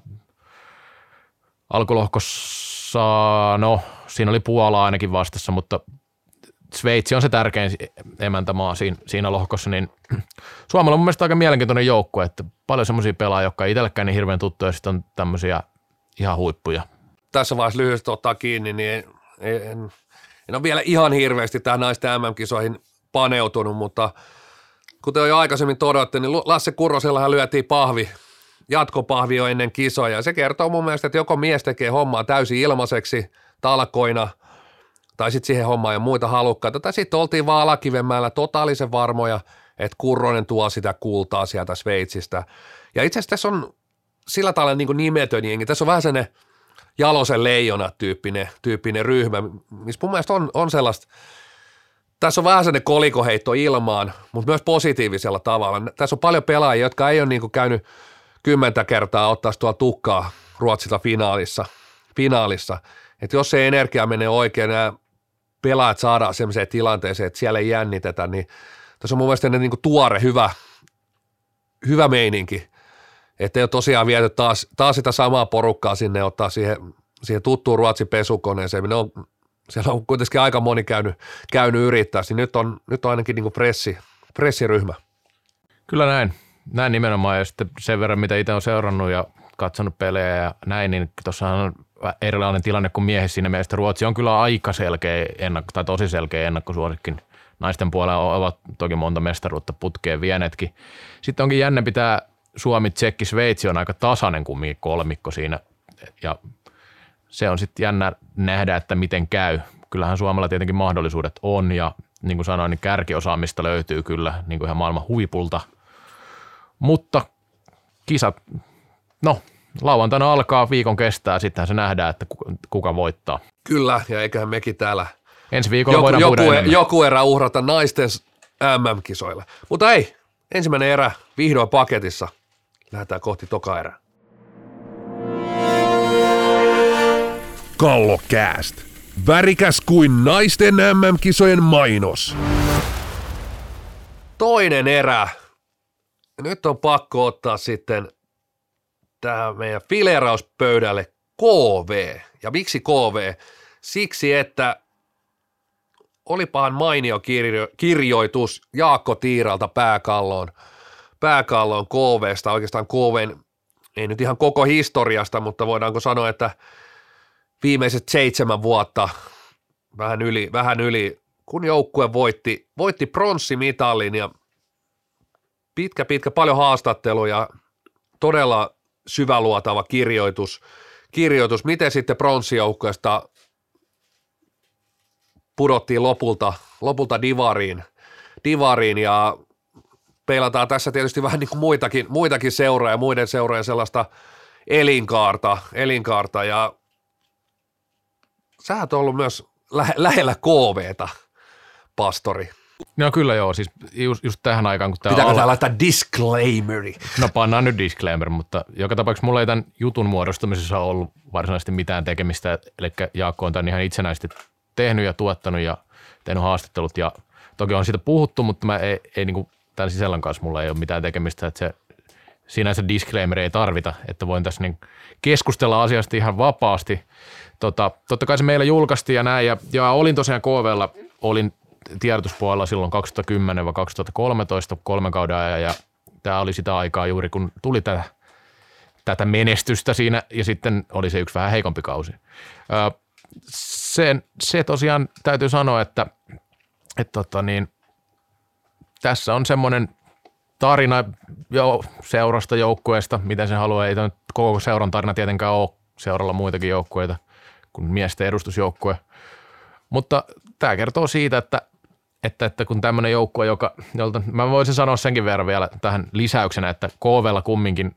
alkulohkossa, no siinä oli Puola ainakin vastassa, mutta Sveitsi on se tärkein emäntämaa siinä lohkossa, niin Suomella on mun mielestä aika mielenkiintoinen joukkue, että paljon semmoisia pelaajia, jotka ei itsellekään niin hirveän tuttuja, ja sitten on tämmöisiä ihan huippuja. Tässä vaiheessa lyhyesti ottaa kiinni, niin en ole vielä ihan hirveästi tähän naisten MM-kisoihin paneutunut, mutta kuten jo aikaisemmin todettiin, niin Lasse Kurrosellahan lyötiin jatkopahvi jo ennen kisoja. Se kertoo mun mielestä, että joko mies tekee hommaa täysin ilmaiseksi talkoina, tai sitten siihen hommaan ja muita halukkaita, tai sitten oltiin vaan Alakivenmäellä totaalisen varmoja, että Kurronen tuo sitä kultaa sieltä Sveitsistä. Ja itse asiassa tässä on sillä tavalla niin kuin nimetön jengi, tässä on vähän sellainen Jalosen leijona-tyyppinen ryhmä, missä mun mielestä on sellaista, tässä on vähän sellainen kolikoheitto ilmaan, mutta myös positiivisella tavalla. Tässä on paljon pelaajia, jotka ei ole niin kuin käynyt 10 kertaa ottaa tuolla tukkaa Ruotsilla finaalissa. Että jos se energia menee oikein ja pelaajat saadaan sellaiseen tilanteeseen, että siellä ei jännitetä, niin tässä on mun mielestä niin kuin tuore, hyvä meininki. Että ei ole tosiaan viety taas sitä samaa porukkaa sinne ottaa siihen tuttuun Ruotsin pesukoneeseen. Siellä on kuitenkin aika moni käynyt yrittää, niin nyt on ainakin niin kuin pressiryhmä. Kyllä näin nimenomaan, ja sitten sen verran, mitä itse on seurannut ja katsonut pelejä ja näin, niin tuossahan on erilainen tilanne kuin miehissä siinä mielessä. Ruotsi on kyllä aika selkeä tai tosi selkeä ennakkosuosikkin. Naisten puolella ovat toki monta mestaruutta putkeen vienetkin. Sitten onkin jännä pitää Suomi, Tsekki, Sveitsi on aika tasainen kumminkin kolmikko siinä, ja se on sitten jännä nähdä, että miten käy. Kyllähän Suomella tietenkin mahdollisuudet on, ja niin kuin sanoin, niin kärkiosaamista löytyy kyllä niin kuin ihan maailman huipulta. Mutta kisat, no lauantaina alkaa, viikon kestää, sittenhän se nähdään, että kuka voittaa. Kyllä, ja eiköhän mekin täällä ensi viikolla voidaan puhua joku erä uhrata naisten MM-kisoille. Mutta ei, ensimmäinen erä vihdoin paketissa. Lähdetään kohti toka erää. Kallokääst. Värikäs kuin naisten MM-kisojen mainos. Toinen erä. Nyt on pakko ottaa sitten tähän meidän fileerauspöydälle KV. Ja miksi KV? Siksi, että olipahan mainio kirjoitus Jaakko Tiiralta pääkalloon KV:sta, oikeastaan KV:n, ei nyt ihan koko historiasta, mutta voidaanko sanoa, että viimeiset 7 vuotta, vähän yli, kun joukkue voitti pronssimitalin ja pitkä, paljon haastatteluja, todella syväluotava kirjoitus, miten sitten pronssijoukkueesta pudottiin lopulta divariin ja peilataan tässä tietysti vähän niin kuin muitakin seuroja ja muiden seurojen sellaista elinkaarta ja sä oot ollut myös lähellä KV:tä, pastori. No kyllä joo, siis just tähän aikaan, kun tämä pitääkö tää laittaa disclaimeri? No pannaan nyt disclaimer, mutta joka tapauksessa mulla ei tämän jutun muodostamisessa ollut varsinaisesti mitään tekemistä, eli Jaakko on tämän ihan itsenäisesti tehnyt ja tuottanut ja tehnyt haastattelut ja toki on siitä puhuttu, mutta mä ei niin kuin tämän sisällön kanssa mulla ei ole mitään tekemistä, että se sinänsä disclaimer ei tarvita, että voin tässä niin keskustella asiasta ihan vapaasti. Totta kai se meillä julkaistiin ja näin ja olin tosiaan KV:lla, olin tiedotuspuolella silloin 2010-2013 3 kauden ajan ja tämä oli sitä aikaa juuri kun tuli tätä menestystä siinä ja sitten oli se yksi vähän heikompi kausi. Se tosiaan täytyy sanoa, että tässä on semmoinen tarina seurasta joukkueesta, miten se haluaa. Ei koko seuran tarina tietenkään ole, seuralla muitakin joukkueita kuin miesten edustusjoukkue. Mutta tämä kertoo siitä, että kun tämmöinen joukkue, jolta mä voisin sanoa senkin verran vielä tähän lisäyksenä, että KV:lla kumminkin,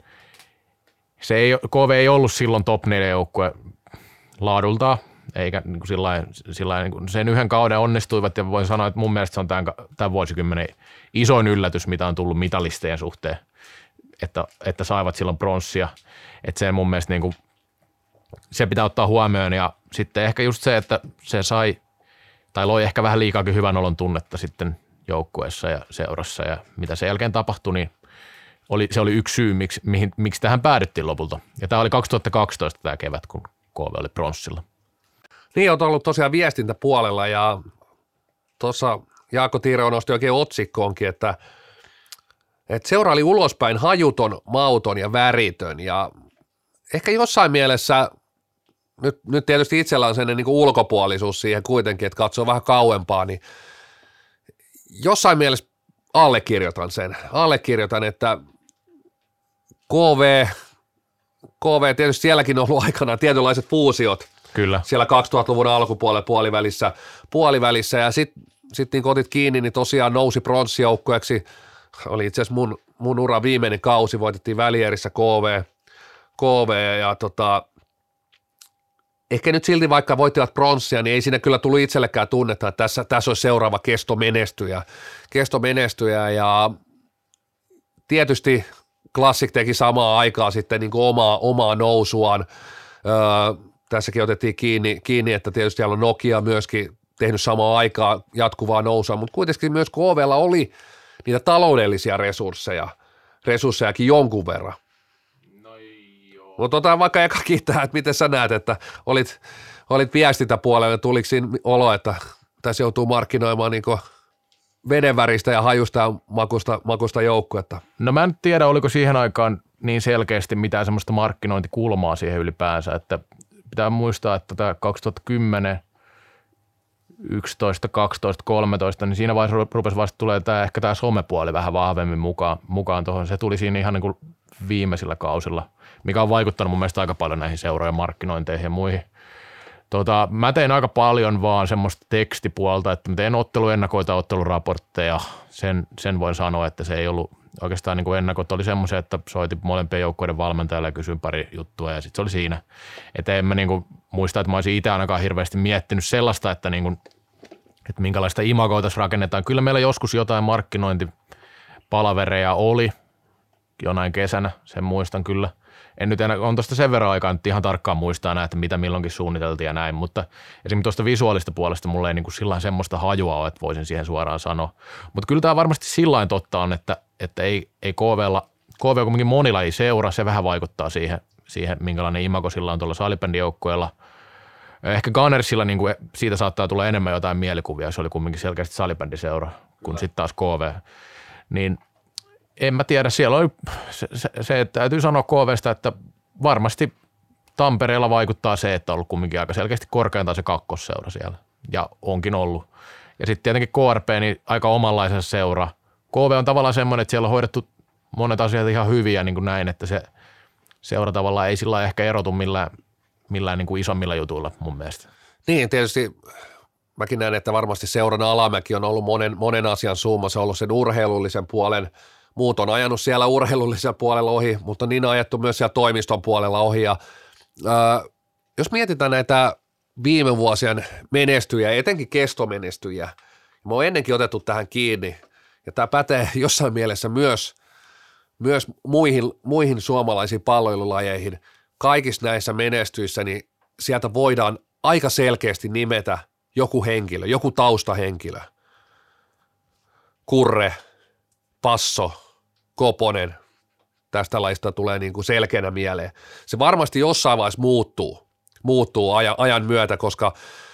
KV ei ollut silloin top 4 joukkue laadultaan, eikä niin kuin sillain, niin kuin sen yhden kauden onnistuivat ja voin sanoa, että mun mielestä se on tämän vuosikymmenen isoin yllätys, mitä on tullut mitalistejen suhteen. että saivat silloin pronssia. Että se mun mielestä niinku, se pitää ottaa huomioon ja sitten ehkä just se, että se sai tai loi ehkä vähän liikaakin hyvän olon tunnetta sitten joukkueessa ja seurassa ja mitä sen jälkeen tapahtui, niin se oli yksi syy, miksi tähän päädyttiin lopulta. Ja tämä oli 2012 tämä kevät, kun KV oli pronssilla. Niin, olet ollut tosiaan viestintäpuolella ja tuossa Jaakko Tiireo nosti oikein otsikkoonkin, että seura oli ulospäin hajuton, mauton ja väritön ja ehkä jossain mielessä, nyt tietysti itsellä on sellainen niin kuin ulkopuolisuus siihen kuitenkin, että katsoo vähän kauempaa, niin jossain mielessä allekirjoitan, että KV tietysti sielläkin on ollut aikanaan tietynlaiset fuusiot. Kyllä. Siellä 2000-luvun alkupuolella puolivälissä ja sitten niin kun otit kiinni, niin tosiaan nousi pronssijoukkueeksi. Oli itse asiassa mun uran viimeinen kausi, voitettiin välierissä KV ja ehkä nyt silti vaikka voittivat pronssia, niin ei siinä kyllä tullut itsellekään tunnetta, että tässä olisi seuraava kestomenestyjä ja tietysti Classic teki samaa aikaa sitten niin kuin omaa nousuaan. Tässäkin otettiin kiinni, että tietysti siellä on Nokia myöskin tehnyt samaa aikaa jatkuvaa nousua, mutta kuitenkin myös KV:lla oli niitä taloudellisia resurssejakin jonkun verran. Mutta otetaan vaikka eka kiittää, että miten sä näet, että olit viestintäpuolella ja tuliko siinä olo, että tässä joutuu markkinoimaan niin vedenväristä ja hajusta ja makusta joukkuetta? No mä en tiedä, oliko siihen aikaan niin selkeästi mitään semmoista markkinointikulmaa siihen ylipäänsä, että pitää muistaa, että tämä 2010, 11, 12, 13, niin siinä vaiheessa rupesi vasta tulee ehkä tämä somepuoli vähän vahvemmin mukaan tuohon. Se tuli siinä ihan niin kuin viimeisillä kausilla, mikä on vaikuttanut mun mielestä aika paljon näihin seurojen markkinointeihin ja muihin. Mä tein aika paljon vaan semmoista tekstipuolta, että mä tein otteluennakoita, otteluraportteja. Sen voin sanoa, että se ei ollut oikeastaan niin kuin ennakot oli semmoisia, että soitin molempien joukkoiden valmentajalle ja kysyin pari juttua ja sitten se oli siinä. Että en mä niin kuin muista, että mä olisin itse ainakaan hirveästi miettinyt sellaista, että, niin kuin, että minkälaista imagoa tässä rakennetaan. Kyllä meillä joskus jotain markkinointipalavereja oli jonain kesänä, sen muistan kyllä. En nyt enää, on tuosta sen verran aikaa nyt ihan tarkkaan muistaa näin, että mitä milloinkin suunniteltiin ja näin, mutta esimerkiksi tuosta visuaalista puolesta mulla ei niin kuin sillain semmoista hajua ole, että voisin siihen suoraan sanoa. Mutta kyllä tämä varmasti sillain totta on, että ei KV on kuitenkin monilaji seura, se vähän vaikuttaa siihen minkälainen imago sillä on tuolla salibändijoukkueella. Ehkä Gunnersilla niin kuin siitä saattaa tulla enemmän jotain mielikuvia, se oli kuitenkin selkeästi salibändiseura, kun sitten taas KV. Niin en mä tiedä, siellä oli se että täytyy sanoa KV:stä, että varmasti Tampereella vaikuttaa se, että on ollut kumminkin aika selkeästi korkeintaan se kakkosseura siellä ja onkin ollut. Ja sitten tietenkin KRP, niin aika omanlaisensa seura. KV on tavallaan semmoinen, että siellä on hoidettu monet asiat ihan hyviä niin kuin näin, että se seura tavallaan ei sillä ehkä erotu millään niin kuin isommilla jutuilla mun mielestä. Niin, tietysti mäkin näen, että varmasti seuran alamäki on ollut monen asian summa. Se on ollut sen urheilullisen puolen. Muut on ajanut siellä urheilullisella puolella ohi, mutta niin on ajettu myös siellä toimiston puolella ohi. Ja, jos mietitään näitä viime vuosien menestyjä, etenkin kestomenestyjä, me on ennenkin otettu tähän kiinni, ja tämä pätee jossain mielessä myös muihin suomalaisiin palloilulajeihin. Kaikissa näissä menestyissä, niin sieltä voidaan aika selkeästi nimetä joku henkilö, joku taustahenkilö. Kurre, Passo, Koponen, tästä laista tulee niin kuin selkeänä mieleen. Se varmasti jossain vaiheessa muuttuu ajan myötä, koska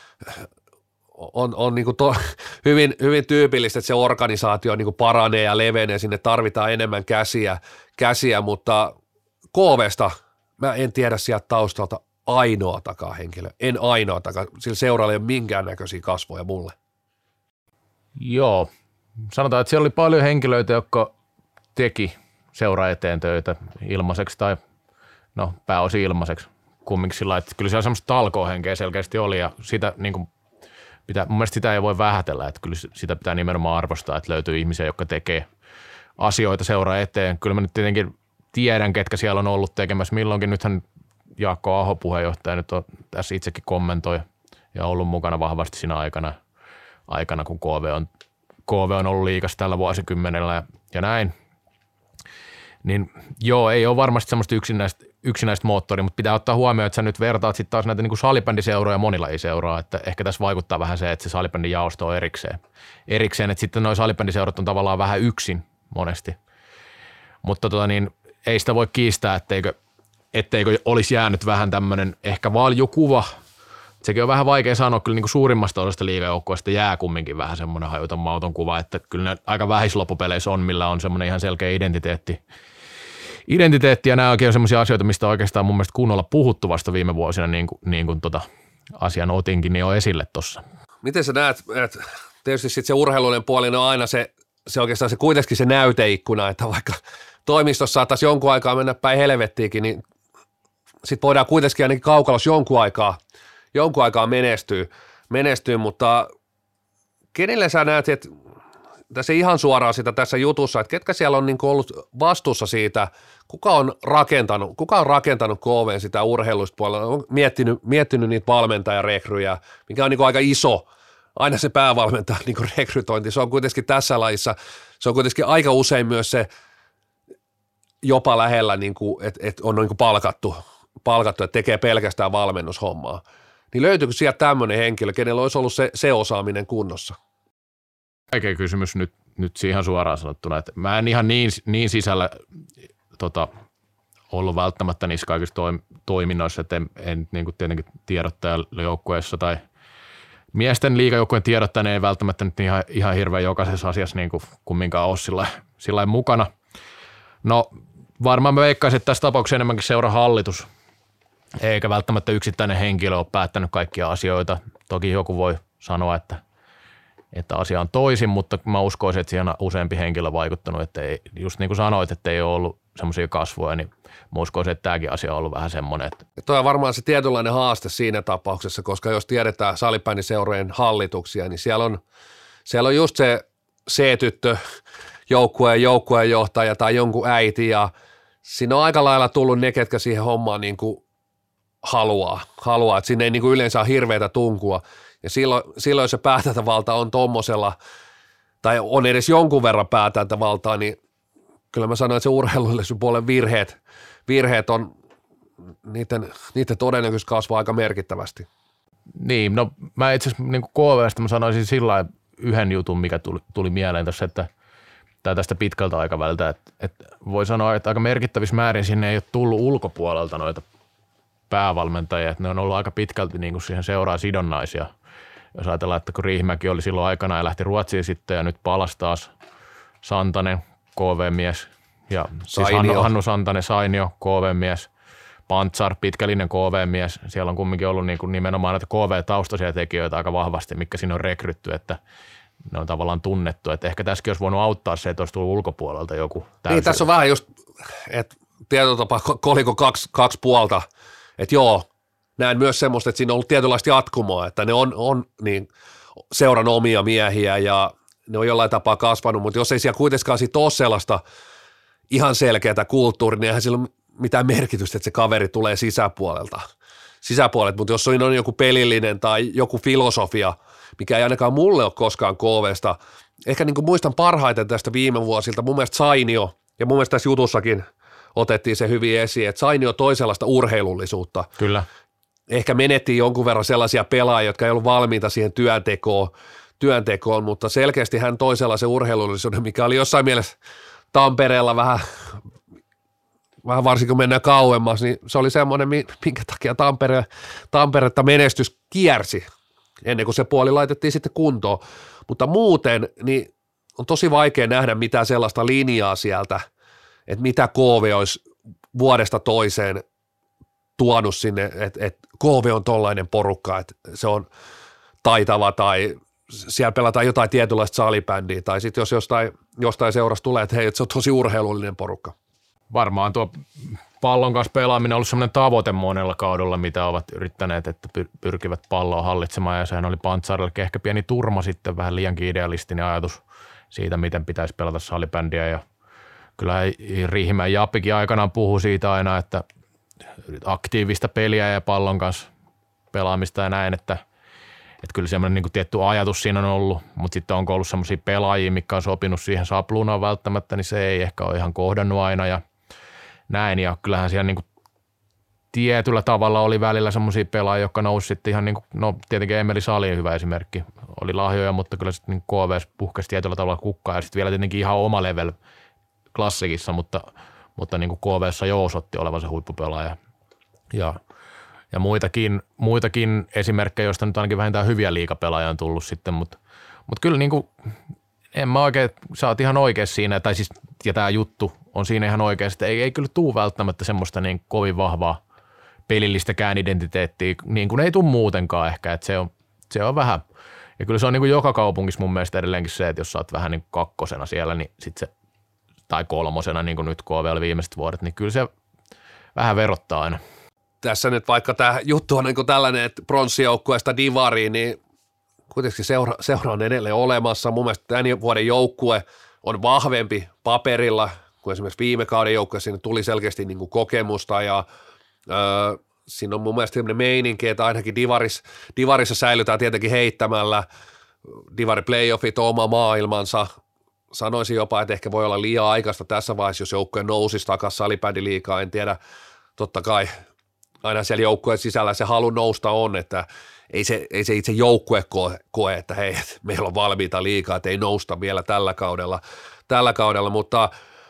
on niin kuin hyvin tyypillistä, että se organisaatio niin kuin paranee ja levenee, sinne tarvitaan enemmän käsiä, mutta KV:sta mä en tiedä sieltä taustalta ainoatakaan henkilöä, en ainoatakaan, sillä seuralla ei ole minkäännäköisiä kasvoja mulle. Joo, sanotaan, että siellä oli paljon henkilöitä, jotka teki seuraa eteen töitä ilmaiseksi tai no pääosin ilmaiseksi kumminkin sillä, että kyllä siellä semmoista talkoohenkeä selkeästi oli ja sitä niin kuin mun mielestä sitä ei voi vähätellä, että kyllä sitä pitää nimenomaan arvostaa, että löytyy ihmisiä, jotka tekee asioita seuraa eteen. Kyllä mä nyt tietenkin tiedän, ketkä siellä on ollut tekemässä milloinkin. Nythän Jaakko Aho puheenjohtaja nyt on tässä itsekin kommentoi ja ollut mukana vahvasti siinä aikana kun KV on ollut liigassa tällä vuosikymmenellä ja näin. Niin joo, ei ole varmasti semmoista yksinäistä moottoria, mutta pitää ottaa huomioon, että sä nyt vertaat sitten taas näitä niin kuin salibändiseuroja ja monilajiseuraa, että ehkä tässä vaikuttaa vähän se, että se salibändin jaosto on erikseen, että sitten nuo salibändiseurat on tavallaan vähän yksin monesti. Mutta ei sitä voi kiistää, etteikö olisi jäänyt vähän tämmöinen ehkä valjukuva. Sekin on vähän vaikea sanoa, kyllä niin kuin suurimmasta osasta liigajoukkueesta jää kumminkin vähän semmoinen hajuton mauton kuva, että kyllä ne aika vähisloppupeleissä on, millä on semmoinen ihan selkeä identiteetti ja nämä on semmoisia asioita, mistä oikeastaan mun mielestä kunnolla puhuttu vasta viime vuosina, niin kuin asian otinkin niin on esille tuossa. Miten sä näet, että tietysti sitten se urheilullinen puoli on aina se oikeastaan se kuitenkin se näyteikkuna, että vaikka toimistossa saattaisi jonkun aikaa mennä päin helvettiinkin, niin sitten voidaan kuitenkin ainakin kaukalossa jonkun aikaa menestyy, mutta kenelle sä näet, että tässä ihan suoraan sitä tässä jutussa, että ketkä siellä on niin kuin ollut vastuussa siitä, kuka on rakentanut KV:n sitä urheiluista puolella, on miettinyt niitä valmentajarekryjä, mikä on niin kuin aika iso, aina se päävalmentaja niin kuin rekrytointi, se on kuitenkin tässä lajissa, se on kuitenkin aika usein myös se jopa lähellä, niin kuin, että on niin kuin palkattu, että tekee pelkästään valmennushommaa. Niin löytyykö sieltä tämmöinen henkilö, kenellä olisi ollut se osaaminen kunnossa? Vaikea kysymys nyt siihen suoraan sanottuna, että mä en ihan niin sisällä ollut välttämättä niissä kaikissa toiminnoissa, että en niin kuin tietenkin tiedottajajoukkueessa tai miesten liigajoukkueen tiedottajana ei välttämättä nyt ihan hirveän jokaisessa asiassa niin kuin kumminkaan ole sillä mukana. No varmaan mä veikkaisin, että tässä tapauksessa enemmänkin seurahallitus, eikä välttämättä yksittäinen henkilö ole päättänyt kaikkia asioita. Toki joku voi sanoa, että asia on toisin, mutta mä uskoisin, että siihen on useampi henkilö vaikuttanut, että ei, just niin kuin sanoit, että ei ole ollut semmoisia kasvoja, niin mä uskoisin, että tämäkin asia on ollut vähän semmoinen. Että toi on varmaan se tietynlainen haaste siinä tapauksessa, koska jos tiedetään salibändiseurojen hallituksia, niin siellä on just se C-tyttö, joukkueenjohtaja tai jonkun äiti, ja siinä on aika lailla tullut ne, ketkä siihen hommaan niin kuin haluaa, että sinne ei niin kuin yleensä ole hirveätä tunkua, ja silloin jos se päätäntävalta on tommosella, tai on edes jonkun verran päätäntävaltaa, niin kyllä mä sanoin, että se urheilullisen puolen virheet on, niiden todennäköisyys kasvaa aika merkittävästi. Niin, no mä itse asiassa niin KV:stä mä sanoisin sillä yhden jutun, mikä tuli mieleen tässä, että tästä pitkältä aikaväliltä, että voi sanoa, että aika merkittävissä määrin sinne ei ole tullut ulkopuolelta noita päävalmentajia, että ne on ollut aika pitkälti niin kuin siihen seuraa sidonnaisia. Jos ajatellaan, että kun Riihimäki oli silloin aikana ja lähti Ruotsiin sitten ja nyt palasi taas Santanen, KV-mies ja siis Hannu Santanen, Sainio, KV-mies, Pantsar, pitkällinen KV-mies. Siellä on kumminkin ollut niin kuin nimenomaan näitä KV-taustaisia tekijöitä aika vahvasti, mikä siinä on rekrytty, että ne on tavallaan tunnettu. Että ehkä tässäkin olisi voinut auttaa se, että olisi tullut ulkopuolelta joku täysin. Niin, tässä on vähän just, että tietyllä tapaa koliko kaksi puolta, että joo, näen myös semmoista, että siinä on ollut tietynlaista jatkumoa, että ne on niin seuran omia miehiä ja ne on jollain tapaa kasvanut, mutta jos ei siellä kuitenkaan siitä ole sellaista ihan selkeää kulttuuria, niin eihän sillä ole mitään merkitystä, että se kaveri tulee sisäpuolelta, mutta jos on joku pelillinen tai joku filosofia, mikä ei ainakaan mulle ole koskaan KV:sta, ehkä niin kuin muistan parhaiten tästä viime vuosilta, mun mielestä Sainio, ja mun mielestä tässä jutussakin otettiin se hyvin esiin, että Sainio toi sellaista urheilullisuutta. Kyllä. Ehkä menettiin jonkun verran sellaisia pelaajia, jotka ei ollut valmiita siihen työntekoon, mutta selkeästi hän toi sellaisen urheilullisuuden, mikä oli jossain mielessä Tampereella vähän varsinkin kun mennään kauemmas, niin se oli semmoinen, minkä takia Tamperetta menestys kiersi ennen kuin se puoli laitettiin sitten kuntoon. Mutta muuten niin on tosi vaikea nähdä mitään sellaista linjaa sieltä, että mitä KV olisi vuodesta toiseen tuonut sinne, että KV on tollainen porukka, että se on taitava tai siellä pelataan jotain tietynlaista salibändiä tai sitten jos jostain seurasta tulee, että hei, että se on tosi urheilullinen porukka. Varmaan tuo pallon kanssa pelaaminen on ollut sellainen tavoite monella kaudella, mitä ovat yrittäneet, että pyrkivät palloa hallitsemaan ja sehän oli Pantsarillekin ehkä pieni turma sitten, vähän liiankin idealistinen ajatus siitä, miten pitäisi pelata salibändiä ja kyllä Riihimäen Jappikin aikanaan puhui siitä aina, että aktiivista peliä ja pallon kanssa pelaamista ja näin, että kyllä semmoinen niin kuin tietty ajatus siinä on ollut, mutta sitten onko ollut semmoisia pelaajia, mitkä on sopinut siihen sapluunaan välttämättä, niin se ei ehkä ole ihan kohdannut aina ja näin. Ja kyllähän siellä niin kuin tietyllä tavalla oli välillä semmoisia pelaajia, jotka nousi sitten ihan niin kuin, no tietenkin Emeli Sali hyvä esimerkki. Oli lahjoja, mutta kyllä sitten niin KVS puhkesi tietyllä tavalla kukkaa ja sitten vielä tietenkin ihan oma level klassikissa, mutta niin kuin KVS jo osoitti olevansa huippupelaaja. Ja muitakin esimerkkejä, joista nyt ainakin vähintään hyviä liigapelaajia on tullut sitten, mutta kyllä niin kuin, en mä oikein, sä oot ihan oikeassa siinä, tai siis, ja tää juttu on siinä ihan oikeassa, että ei kyllä tule välttämättä semmoista niin kovin vahvaa pelillistäkään identiteettiä, niin kuin ei tule muutenkaan ehkä, että se on vähän, ja kyllä se on niin kuin joka kaupungissa mun mielestä edelleenkin se, että jos sä oot vähän niin kuin kakkosena siellä, niin sit se, tai kolmosena, niin kuin nyt KV oli viimeiset vuodet, niin kyllä se vähän verottaa aina. Tässä nyt vaikka tämä juttu on niin kuin tällainen, että pronssijoukkueesta divariin, niin kuitenkin seura on edelleen olemassa. Mun mielestä tämän vuoden joukkue on vahvempi paperilla kuin esimerkiksi viime kauden joukkue. Siinä tuli selkeästi niin kuin kokemusta ja siinä on mun mielestä sellainen meininki, että ainakin divarissa säilytään tietenkin heittämällä. Divari playoffit on oma maailmansa. Sanoisin jopa, että ehkä voi olla liian aikaista tässä vaiheessa, jos joukkue nousisi takaisin salibändiliigaan. En tiedä, totta kai aina siellä joukkueen sisällä se halu nousta on, että ei se itse joukkue koe, että hei, meillä on valmiita liikaa, että ei nousta vielä tällä kaudella, mutta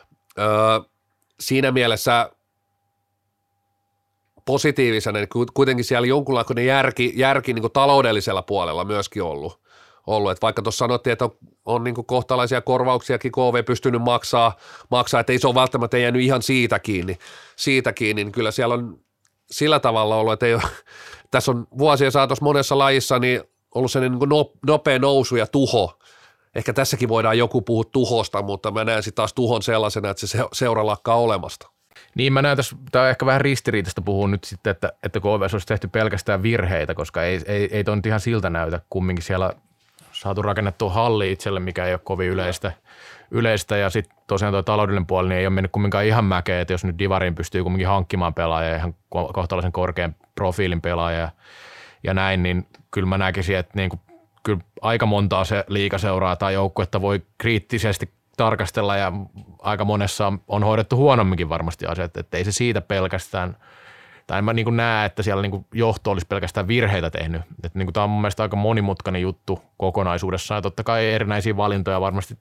siinä mielessä positiivisena, niin kuitenkin siellä jonkunlainen järki niin kuin taloudellisella puolella myöskin ollut. Että vaikka tuossa sanottiin, että on niin kuin kohtalaisia korvauksiakin KV pystynyt maksaa, että ei se ole välttämättä jäänyt ihan siitä kiinni, niin kyllä siellä on sillä tavalla ollut, että ei ole, tässä on vuosien saatossa monessa lajissa niin ollut sellainen niin nopea nousu ja tuho. Ehkä tässäkin voidaan joku puhua tuhosta, mutta mä näen sitten taas tuhon sellaisena, että se seura lakkaa olemasta. Niin mä näen tässä, tämä on ehkä vähän ristiriitaista puhua nyt sitten, että KVS olisi tehty pelkästään virheitä, koska ei toi nyt ihan siltä näytä. Kumminkin siellä saatu rakennettua halli itselle, mikä ei ole kovin yleistä ja sitten tosiaan tuo taloudellinen puoli niin ei ole mennyt kumminkaan ihan mäkeä, että jos nyt divariin pystyy kumminkin hankkimaan pelaajia, ihan kohtalaisen korkean profiilin pelaajia ja näin, niin kyllä mä näkisin, että niin kuin, kyllä aika montaa se liigaseuraa tai joukkuetta voi kriittisesti tarkastella ja aika monessa on hoidettu huonomminkin varmasti asiat, että ei se siitä pelkästään, tai en mä niin kuin näe, että siellä niin kuin johto olisi pelkästään virheitä tehnyt. Että niin kuin tämä on mun mielestä aika monimutkainen juttu kokonaisuudessaan ja totta kai erinäisiä valintoja varmasti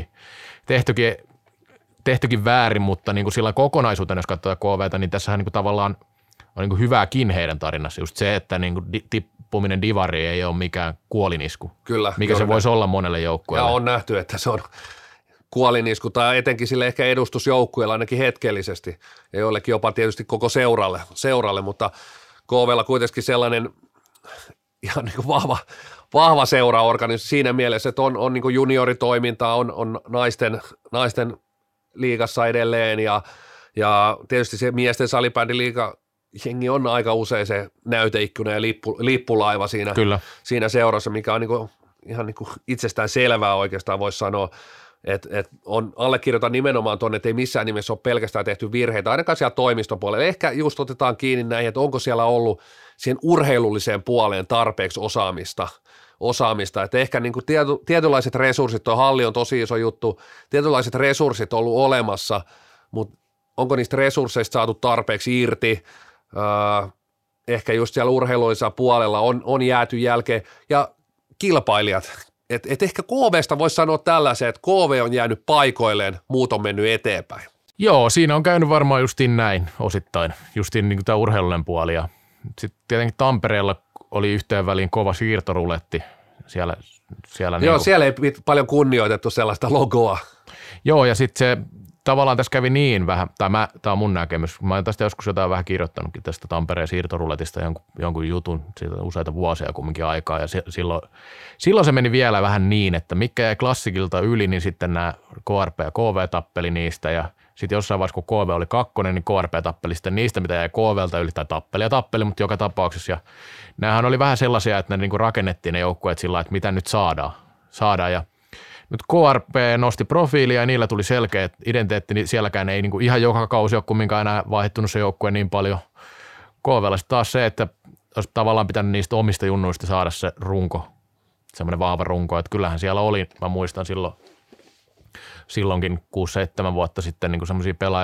tehtykin väärin, mutta niin kuin sillä kokonaisuutena, jos katsotaan KV:tä, niin tässähän niin kuin tavallaan on niin kuin hyvääkin heidän tarinassa. Just se, että niin kuin tippuminen divariin ei ole mikään kuolinisku, Kyllä, mikä se voisi olla monelle joukkueelle. Ja on nähty, että se on kuolinisku tai etenkin sille ehkä edustusjoukkueella ainakin hetkellisesti ja joillekin jopa tietysti koko seuralle, mutta KV:lla kuitenkin sellainen ihan niin kuin vahva seuraorganismi siinä mielessä, että on niin kuin junioritoimintaa, on naisten liigassa edelleen ja tietysti se miesten salibändiliiga jengi on aika usein se näyteikkuna ja lippulaiva siinä seurassa, mikä on niin kuin, ihan niin kuin itsestään selvää oikeastaan voisi sanoa, että on allekirjoitan nimenomaan tuonne, että ei missään nimessä ole pelkästään tehty virheitä, ainakaan siellä toimistopuolella. Ehkä just otetaan kiinni näihin, että onko siellä ollut siihen urheilulliseen puoleen tarpeeksi osaamista, että ehkä niin kuin tietynlaiset resurssit, tuo halli on tosi iso juttu, tietynlaiset resurssit on ollut olemassa, mutta onko niistä resursseista saatu tarpeeksi irti, ehkä just siellä urheilullisella puolella on jääty jälkeen, ja kilpailijat, et ehkä KV:sta voisi sanoa tällaisen, että KV on jäänyt paikoilleen, muut on mennyt eteenpäin. Joo, siinä on käynyt varmaan justiin näin osittain, justiin niin kuin tämä urheilullinen puoli, ja sitten tietenkin Tampereella oli yhteen väliin kova siirtoruletti siellä. Joo, niin kuin, siellä ei paljon kunnioitettu sellaista logoa. Joo, ja sitten se tavallaan tässä kävi niin vähän, tämä on mun näkemys, mä olen tästä joskus jotain vähän kirjoittanutkin tästä Tampereen siirtoruletista jonkun jutun, siitä useita vuosia kumminkin aikaa, ja silloin se meni vielä vähän niin, että mikä jäi klassikilta yli, niin sitten nämä KRP ja KV tappeli niistä, ja sitten jossain vaiheessa, kun KV oli kakkonen, niin KRP tappeli sitten niistä, mitä jäi KVlta yli, tai tappeli, mutta joka tapauksessa, ja näähän oli vähän sellaisia, että ne niinku rakennettiin ne joukkueet sillä, että mitä nyt saadaan, ja nyt KRP nosti profiilia ja niillä tuli selkeä identiteetti, niin sielläkään ei niinku ihan joka kausi ole kumminkaan enää vaihtunut se joukkue niin paljon. KV:lla sitten taas se, että olisi tavallaan pitänyt niistä omista junnuista saada se runko, semmoinen vahva runko, että kyllähän siellä oli, mä muistan silloinkin 6-7 vuotta sitten niin semmoisia pelaajia, joilla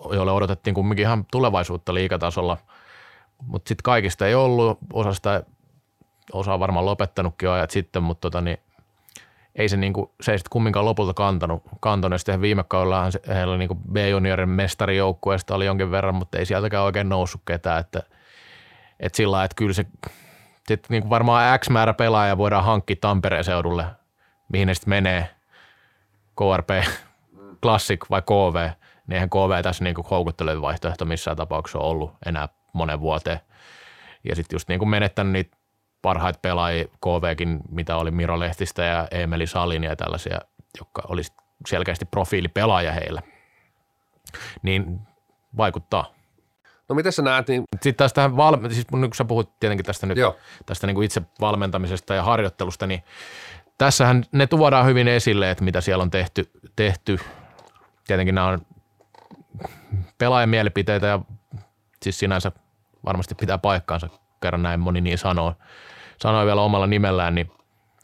joille odotettiin kumminkin ihan tulevaisuutta liigatasolla, mutta sitten kaikista ei ollut, osa on varmaan lopettanutkin jo ajat sitten, mutta ei se sitten kumminkaan lopulta kantanut. Sitten viime kaudellahan heillä oli B-juniorin mestarijoukkueesta oli jonkin verran, mutta ei sieltäkään oikein noussut ketään, että sillä lailla, että kyllä se sitten varmaan X määrä pelaajia voidaan hankkia Tampereen seudulle, mihin ne sitten menee, KRP, Classic vai KV, niin eihän KV tässä houkutteleva vaihtoehto missään tapauksessa ole ollut enää monen vuoteen. Ja sitten just menettänyt niitä parhaita pelaajia KVkin, mitä oli Miro Lehtistä ja Eemeli Salin ja tällaisia, jotka oli selkeästi profiilipelaaja heillä, niin vaikuttaa. No miten sä näet? Niin... Sitten taas tähän, kun sä puhut tietenkin tästä nyt, tästä itse valmentamisesta ja harjoittelusta, niin tässähän ne tuodaan hyvin esille, että mitä siellä on tehty. Tietenkin nämä on pelaajan mielipiteitä ja siis sinänsä varmasti pitää paikkaansa, kerran näin moni niin sanoo vielä omalla nimellään, niin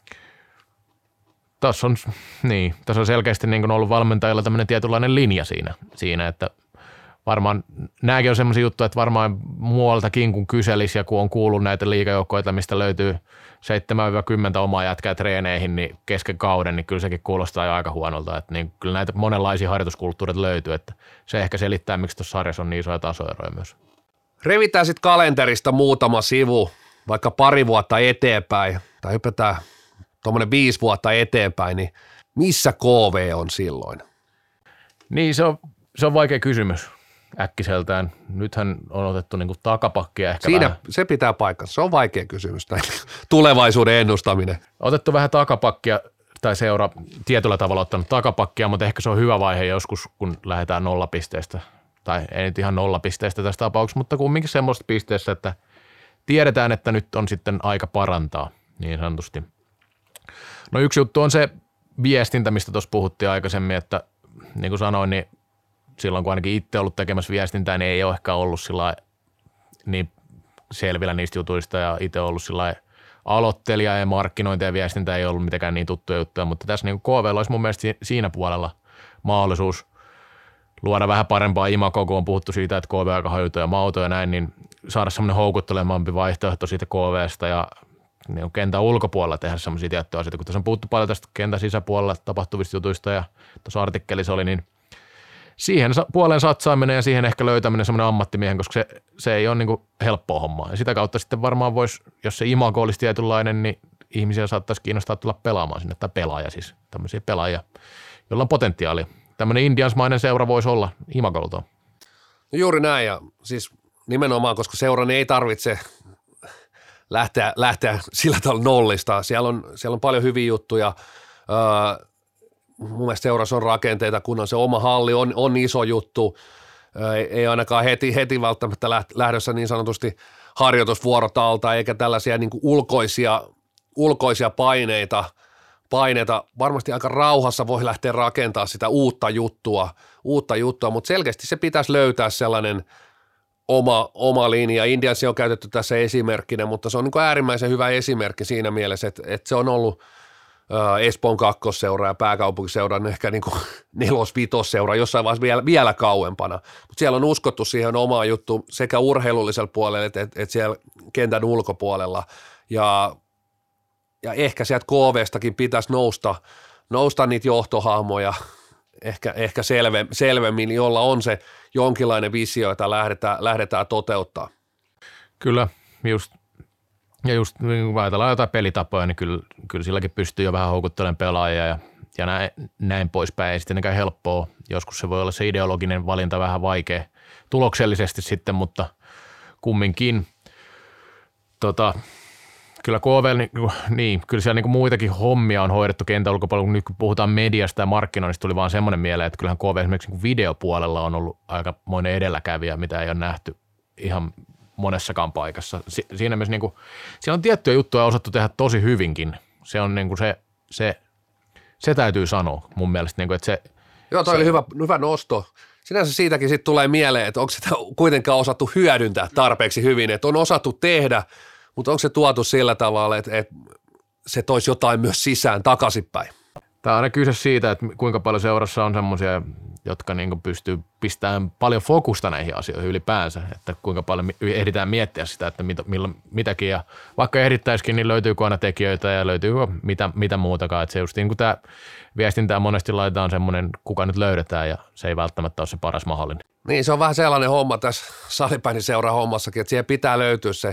tässä on selkeästi ollut valmentajilla tämmöinen tietynlainen linja siinä, että varmaan nämäkin on semmoisia juttuja, että varmaan muualtakin kun kyselisi ja kun on kuullut näitä liigajoukkoita, mistä löytyy 7-10 omaa jätkää treeneihin niin kesken kauden, niin kyllä sekin kuulostaa jo aika huonolta, että kyllä näitä monenlaisia harjoituskulttuureita löytyy, että se ehkä selittää, miksi tuossa sarjassa on niin isoja tasoeroja myös. Revitään sitten kalenterista muutama sivu, vaikka pari vuotta eteenpäin, tai hypätään tuommoinen 5 vuotta eteenpäin, niin missä KV on silloin? Niin, se on vaikea kysymys äkkiseltään. Nythän on otettu takapakkia ehkä siinä vähän. Se pitää paikkansa. Se on vaikea kysymys, tulevaisuuden ennustaminen. Otettu vähän takapakkia, tai seura tietyllä tavalla ottanut takapakkia, mutta ehkä se on hyvä vaihe joskus, kun lähdetään 0 pisteestä. Tai ei nyt ihan 0 pisteestä tässä tapauksessa, mutta kumminkin semmoista pisteestä, että tiedetään, että nyt on sitten aika parantaa niin sanotusti. No yksi juttu on se viestintä, mistä tuossa puhuttiin aikaisemmin, että niin kuin sanoin, niin silloin kun ainakin itse ollut tekemässä viestintää, niin ei ole ehkä ollut sillä niin selvillä niistä jutuista ja itse ollut sillä aloittelija ja markkinointi ja viestintä ei ollut mitenkään niin tuttuja juttuja, mutta tässä niin KV:lla olisi mun mielestä siinä puolella mahdollisuus luoda vähän parempaa imagoa, kun on puhuttu siitä, että KV aika hajuto ja mauto ja näin, niin saada semmoinen houkuttelevampi vaihtoehto siitä KV:stä ja niin kentän ulkopuolella tehdä semmoisia tiettyjä asioita. Kun tässä on puhuttu paljon tästä kentän sisäpuolella tapahtuvista jutuista ja tuossa artikkelissa oli, niin siihen puoleen satsaaminen ja siihen ehkä löytäminen semmoinen ammattimiehen, koska se ei ole niin helppoa hommaa. Ja sitä kautta sitten varmaan voisi, jos se imago olisi tietynlainen, niin ihmisiä saattaisi kiinnostaa tulla pelaamaan sinne, tai pelaaja siis, tämmöisiä pelaajia, joilla on potentiaalia. Tämmöinen indiansmainen seura voisi olla imagoltaan. No juuri näin, ja siis nimenomaan, koska seuran ei tarvitse lähteä sillä tavalla nollista. Siellä on paljon hyviä juttuja. Mun mielestä seurassa on rakenteita, kun on se oma halli, on iso juttu. Ei ainakaan heti välttämättä lähdössä niin sanotusti harjoitusvuorot alta, eikä tällaisia niin kuin ulkoisia paineita. Varmasti aika rauhassa voi lähteä rakentamaan sitä uutta juttua, mutta selkeästi se pitäisi löytää sellainen oma linja. Indians on käytetty tässä esimerkkinä, mutta se on niin kuin äärimmäisen hyvä esimerkki siinä mielessä, että se on ollut Espoon kakkosseura ja pääkaupunkiseuran ehkä niin kuin 4-5 seura jossain vaiheessa vielä kauempana. Mutta siellä on uskottu siihen omaan juttuun sekä urheilullisella puolella että siellä kentän ulkopuolella. Ja ehkä sieltä KV:stakin pitäisi nousta niitä johtohahmoja ehkä selvemmin, jolla on se jonkinlainen visio, jota lähdetään toteuttaa. Kyllä, just kun ajatellaan jotain pelitapoja, niin kyllä silläkin pystyy jo vähän houkuttelemaan pelaajia ja näin poispäin. Ei sitten helppoa. Joskus se voi olla se ideologinen valinta vähän vaikea tuloksellisesti sitten, mutta kumminkin kyllä KV, niin kyllä siellä niin muitakin hommia on hoidettu kentän ulkopuolella, kun nyt kun puhutaan mediasta ja markkinoinnista, tuli vaan semmoinen mieleen, että kyllähän KV esimerkiksi niin videopuolella on ollut aikamoinen edelläkävijä, mitä ei ole nähty ihan monessakaan paikassa. Siinä myös niin kuin, siellä on tiettyjä juttuja osattu tehdä tosi hyvinkin. Se on niin kuin se täytyy sanoa mun mielestä. Niin kuin, että se, joo, toi oli hyvä nosto. Sinänsä siitäkin sitten tulee mieleen, että onko sitä kuitenkaan osattu hyödyntää tarpeeksi hyvin, että on osattu tehdä, mutta onko se tuotu sillä tavalla, että se toisi jotain myös sisään takaisinpäin? Tämä on aina kyse siitä, että kuinka paljon seurassa on semmoisia, jotka niin kuin pystyy pistämään paljon fokusta näihin asioihin ylipäänsä, että kuinka paljon ehditään miettiä sitä, että milloin mitäkin, ja vaikka ehdittäisikin, niin löytyykö aina tekijöitä ja löytyykö mitä muutakaan, että se just niin kuin tämä viestintää monesti laitetaan semmoinen, kuka nyt löydetään, ja se ei välttämättä ole se paras mahdollinen. Niin, se on vähän sellainen homma tässä salibändiseura hommassakin, että siihen pitää löytyä se,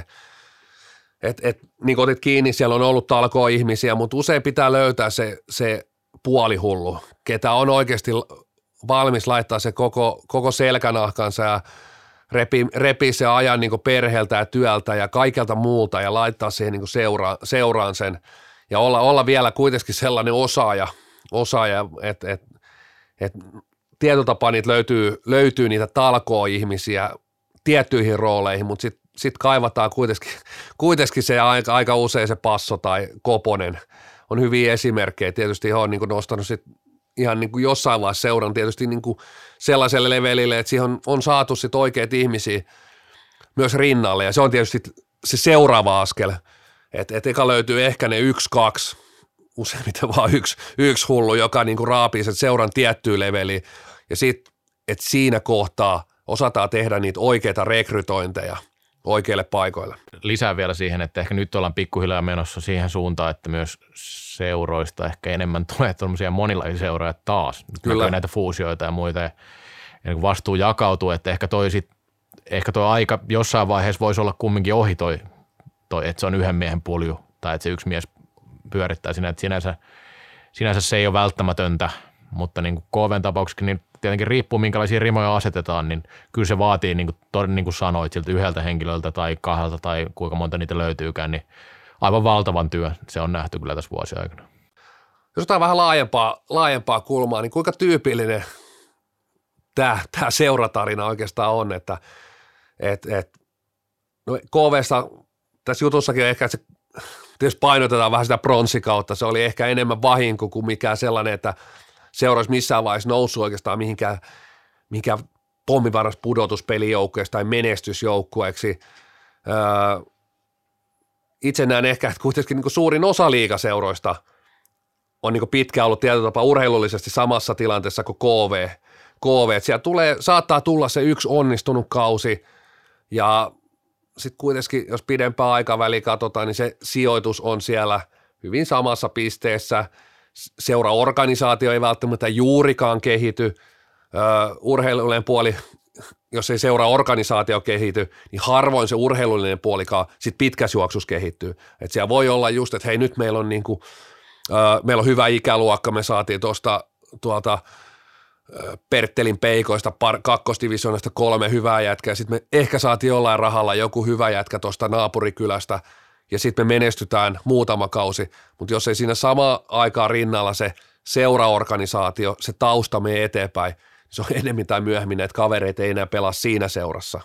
että niin kuin otit kiinni, siellä on ollut talkoo-ihmisiä, mutta usein pitää löytää se puolihullu, ketä on oikeasti valmis laittaa se koko selkänahkansa ja repii se ajan niin kuin perheeltä ja työltä ja kaikelta muulta ja laittaa siihen niin kuin seuraan sen ja olla vielä kuitenkin sellainen osaaja että tietyllä tapaa niitä löytyy niitä talkoo-ihmisiä tiettyihin rooleihin, mutta sitten kaivataan kuitenkin se aika usein se Passo tai Koponen. On hyviä esimerkkejä. Tietysti he on niin kuin nostanut sit ihan niin kuin jossain vaiheessa seuran tietysti niin kuin sellaiselle levelille, että siihen on saatu sit oikeat ihmisiä myös rinnalle ja se on tietysti se seuraava askel, että eka löytyy ehkä ne 1-2, useimmiten vaan yksi hullu, joka niin kuin raapii sen seuran tiettyyn leveliin ja sitten, että siinä kohtaa osataan tehdä niitä oikeita rekrytointeja oikeille paikoille. Lisää vielä siihen, että ehkä nyt ollaan pikkuhiljaa menossa siihen suuntaan, että myös seuroista ehkä enemmän tulee tuollaisia monilaisia seuroja taas. Kyllä. Näitä fuusioita ja muita ja niin vastuu jakautuu, että ehkä toi aika jossain vaiheessa voisi olla kumminkin ohi toi, että se on yhden miehen pulju tai että se yksi mies pyörittää siinä, että sinänsä se ei ole välttämätöntä, mutta niin kuin KV:n tapauksessakin niin tietenkin riippuu minkälaisia rimoja asetetaan, niin kyllä se vaatii niin kuin sanoit siltä yhdeltä henkilöltä tai kahdelta tai kuinka monta niitä löytyykään, niin aivan valtavan työ se on nähty kyllä tässä vuosien aikana. Jos otetaan vähän laajempaa kulmaa, niin kuinka tyypillinen tämä seuratarina oikeastaan on, että no KV:ssa tässä jutussakin on ehkä, että se tietysti painotetaan vähän sitä pronssikautta, se oli ehkä enemmän vahinko kuin mikään sellainen, että seura olisi missään vaiheessa noussut oikeastaan mihinkään pommivaras pudotuspelijoukkueeksi tai menestysjoukkueeksi. Itse näen ehkä, että kuitenkin niin suurin osa liigaseuroista on niin pitkään ollut tietyllä tapaa urheilullisesti samassa tilanteessa kuin KV. Että siellä saattaa tulla se yksi onnistunut kausi ja sitten kuitenkin, jos pidempää aikaväliä katsotaan, niin se sijoitus on siellä hyvin samassa pisteessä. Seuraorganisaatio ei välttämättä juurikaan kehity, urheilullinen puoli, jos ei seuraorganisaatio kehity, niin harvoin se urheilullinen puolikaan sit pitkässä juoksussa kehittyy. Et siellä voi olla just, että hei nyt meillä on, meillä on hyvä ikäluokka, me saatiin tuolta Perttelin peikoista kakkosdivisioonasta 3 hyvää jätkää, sitten me ehkä saatiin jollain rahalla joku hyvä jätkä tuosta naapurikylästä, ja sitten me menestytään muutama kausi, mutta jos ei siinä sama aikaa rinnalla se seuraorganisaatio, se tausta menee eteenpäin, niin se on enemmän tai myöhemmin, että kavereita ei enää pelaa siinä seurassa.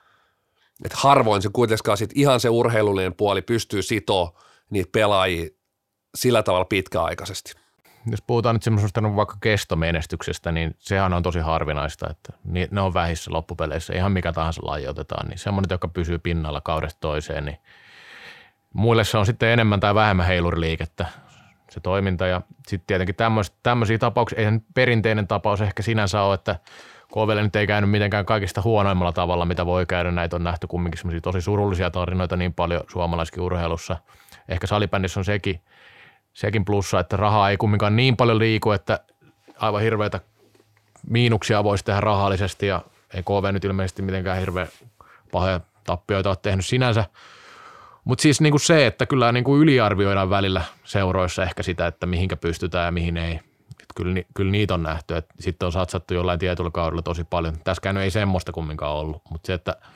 Et harvoin se kuitenkaan sit ihan se urheilullinen puoli pystyy sitoa niitä pelaajia sillä tavalla pitkäaikaisesti. Jos puhutaan nyt semmoisesta vaikka kestomenestyksestä, niin sehän on tosi harvinaista, että ne on vähissä loppupeleissä, ihan mikä tahansa laji otetaan, niin semmoinen, joka pysyy pinnalla kaudesta toiseen, niin muille se on sitten enemmän tai vähemmän heiluriliikettä se toiminta ja sitten tietenkin tämmöisiä tapauksia, eihän perinteinen tapaus ehkä sinänsä ole, että KV:lle nyt ei käynyt mitenkään kaikista huonoimmalla tavalla, mitä voi käydä, näitä on nähty kumminkin semmoisia tosi surullisia tarinoita niin paljon suomalaiskin urheilussa, ehkä salibändissä on sekin plussa, että rahaa ei kumminkaan niin paljon liiku, että aivan hirveitä miinuksia voisi tehdä rahallisesti ja ei KV nyt ilmeisesti mitenkään hirveän pahoja tappioita ole tehnyt sinänsä. Mutta siis niinku se, että kyllä niinku yliarvioidaan välillä seuroissa ehkä sitä, että mihinkä pystytään ja mihin ei. Kyllä niitä on nähty, että sitten on satsattu jollain tietyllä kaudella tosi paljon. Tässäkään ei semmoista kumminkaan ollut, mutta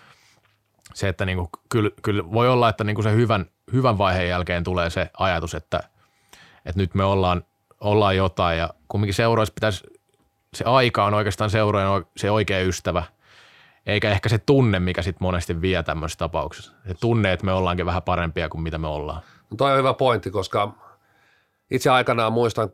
se, että niinku, kyllä voi olla, että niinku se hyvän vaiheen jälkeen tulee se ajatus, että nyt me ollaan jotain ja kumminkin seuroissa pitäisi, se aika on oikeastaan seurojen se oikea ystävä, eikä ehkä se tunne, mikä sitten monesti vie tämmöisessä tapauksessa. Se tunne, että me ollaankin vähän parempia kuin mitä me ollaan. No toi on hyvä pointti, koska itse aikanaan muistan,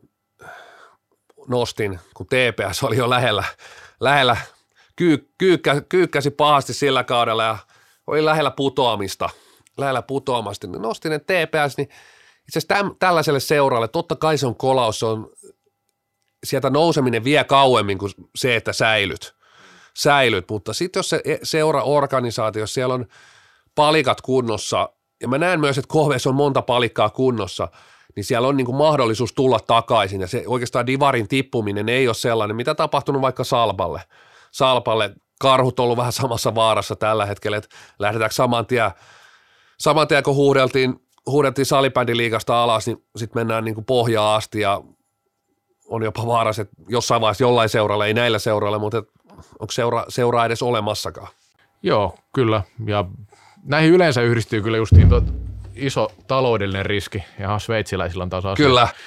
nostin, kun TPS oli jo lähellä kyykkäsi pahasti sillä kaudella ja oli lähellä putoamista. Niin nostin, että TPS, niin itse asiassa tällaiselle seuralle, totta kai se on kolaus, sieltä nouseminen vie kauemmin kuin se, että säilyt. Mutta sitten jos se seura-organisaatio, jos siellä on palikat kunnossa, ja mä näen myös, että KV:ssä on monta palikkaa kunnossa, niin siellä on niin kuin mahdollisuus tulla takaisin, ja se oikeastaan divarin tippuminen ei ole sellainen, mitä tapahtunut vaikka Salpalle. Karhut on ollut vähän samassa vaarassa tällä hetkellä, että lähdetäänkö saman tien kun huudeltiin salibändiliigasta alas, niin sitten mennään niin kuin pohjaan asti, on jopa vaarassa, että jossain vaiheessa jollain seuralla, ei näillä seuralla, mutta onko seuraa edes olemassakaan? Joo, kyllä. Ja näihin yleensä yhdistyy kyllä justiin iso taloudellinen riski. Ja sveitsiläisillä on taas asia. Kyllä.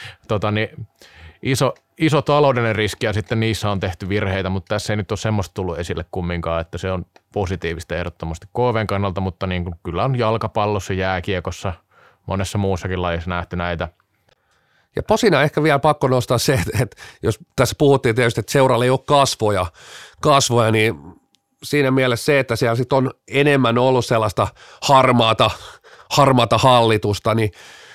Iso taloudellinen riski ja sitten niissä on tehty virheitä, mutta tässä ei nyt ole semmoista tullut esille kumminkaan, että se on positiivista ehdottomasti KV:n kannalta, mutta niin kuin kyllä on jalkapallossa, jääkiekossa, monessa muussakin lajissa nähty näitä. Ja posina ehkä vielä pakko nostaa se, että jos tässä puhuttiin tietysti, että seuralla ei ole kasvoja, niin siinä mielessä se, että siellä sitten on enemmän ollut sellaista harmaata hallitusta, niin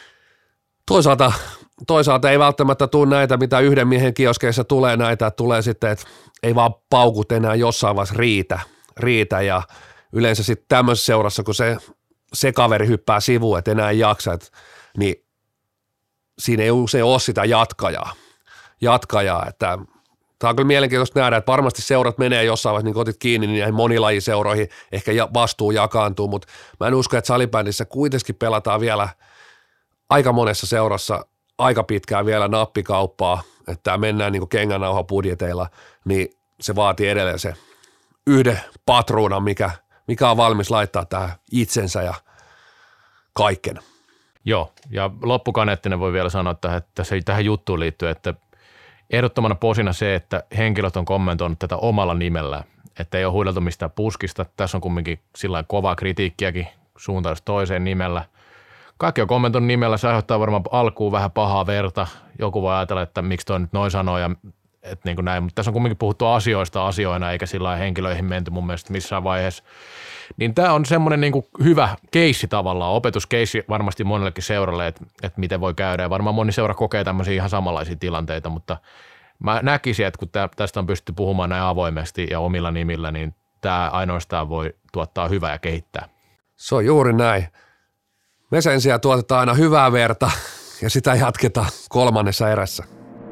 toisaalta ei välttämättä tule näitä, mitä yhden miehen kioskeissa tulee näitä, että tulee sitten, että ei vaan paukut enää jossain vaiheessa riitä ja yleensä sitten tämmöisessä seurassa, kun se kaveri hyppää sivuun, että enää ei jaksa, niin siinä ei usein ole sitä jatkajaa, että tämä on kyllä mielenkiintoista nähdä, että varmasti seurat menee jossain vaiheessa, niin kun otit kiinni, niin näihin monilajiseuroihin ehkä vastuu jakaantuu, mutta mä en usko, että salibändissä kuitenkin pelataan vielä aika monessa seurassa aika pitkään vielä nappikauppaa, että mennään niin kuin kengänauhabudjeteilla, niin se vaatii edelleen se yhden patruunan, mikä on valmis laittaa tähän itsensä ja kaiken. Joo, ja loppukaneettinen voi vielä sanoa, että se tähän juttuun liittyy, että ehdottomana posina se, että henkilöt on kommentoinut tätä omalla nimellään, että ei ole huideltu mistään puskista. Tässä on kumminkin sillä kovaa kritiikkiäkin suuntaan toiseen nimellä. Kaikki on kommentoinut nimellä, se aiheuttaa varmaan alkuun vähän pahaa verta. Joku voi ajatella, että miksi toi nyt noin sanoo ja että niin kuin näin, mutta tässä on kumminkin puhuttu asioista asioina eikä sillä henkilöihin menty mun mielestä missään vaiheessa. Niin tämä on semmoinen niin kuin hyvä keissi tavallaan, opetuskeissi varmasti monellekin seuralle, että miten voi käydä. Ja varmaan moni seura kokee tämmöisiä ihan samanlaisia tilanteita, mutta mä näkisin, että kun tästä on pystytty puhumaan näin avoimesti ja omilla nimillä, niin tämä ainoastaan voi tuottaa hyvää ja kehittää. Se on juuri näin. Me sen sijaan tuotetaan aina hyvää verta ja sitä jatketaan 3. erässä.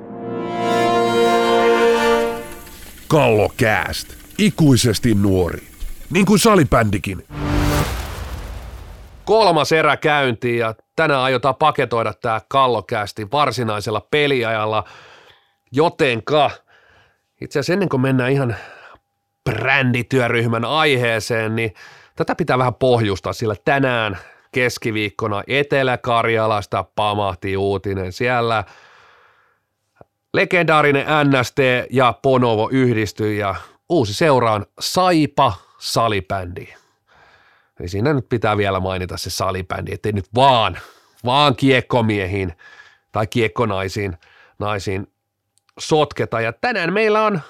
Kallokääst. Ikuisesti nuori. Niin kuin salibändikin. 3. erä käyntiin ja tänään aiotaan paketoida tämä Kallokäästi varsinaisella peliajalla, jotenka itse asiassa ennen kuin mennään ihan brändityöryhmän aiheeseen, niin tätä pitää vähän pohjustaa, sillä tänään keskiviikkona Etelä-Karjalasta pamahti uutinen. Siellä legendaarinen NST ja Ponovo yhdistyi ja uusi seura on Saipa salibändi. Eli siinä nyt pitää vielä mainita se salibändi, ettei nyt vaan kiekkomiehiin tai kiekkonaisiin sotketa. Ja tänään meillä on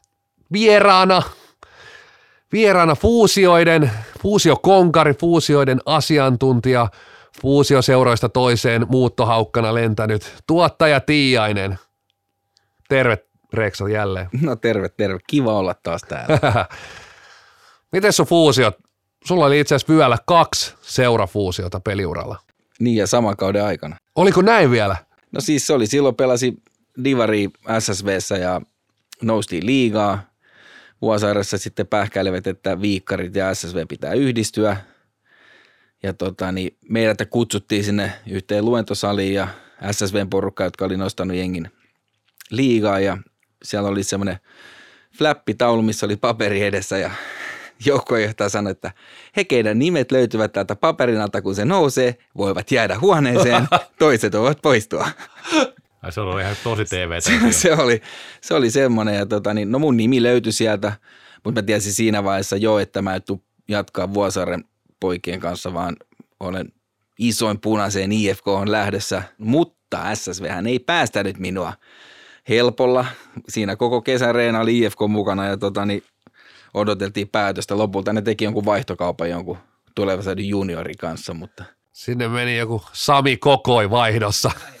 vieraana fuusiokonkari, fuusioiden asiantuntija, fuusioseuroista toiseen muuttohaukkana lentänyt tuottaja Tiiainen. Terve Reksa jälleen. No terve. Kiva olla taas täällä. Miten sun fuusiot? Sulla oli itse asiassa vyöllä 2 seurafuusiota peliuralla. Niin ja saman kauden aikana. Oliko näin vielä? No siis se oli, silloin pelasi Divari SSV:ssä ja noustiin liigaa. Vuosaaressa sitten pähkäilevät, että Viikkarit ja SSV pitää yhdistyä. Ja niin meidät kutsuttiin sinne yhteen luentosaliin ja SSVn porukka, jotka oli nostanut jengin liigaa. Ja siellä oli semmoinen flappitaulu, missä oli paperi edessä ja joukkuejohtaja sanoi, että he keidän nimet löytyvät täältä paperin alta, kun se nousee, voivat jäädä huoneeseen, toiset voivat poistua. Se oli ihan tosi TV. se oli semmoinen ja no mun nimi löytyi sieltä, mutta mä tiesin siinä vaiheessa jo, että mä en tule jatkaa Vuosaaren poikien kanssa, vaan olen isoin punaiseen IFK:hon lähdössä, mutta SSVhän ei päästänyt minua helpolla. Siinä koko kesän reena oli IFK mukana ja odoteltiin päätöstä. Lopulta ne teki jonkun vaihtokaupan jonkun tulevaisuuden juniorin kanssa, mutta sinne meni joku Sami Kokoi vaihdossa.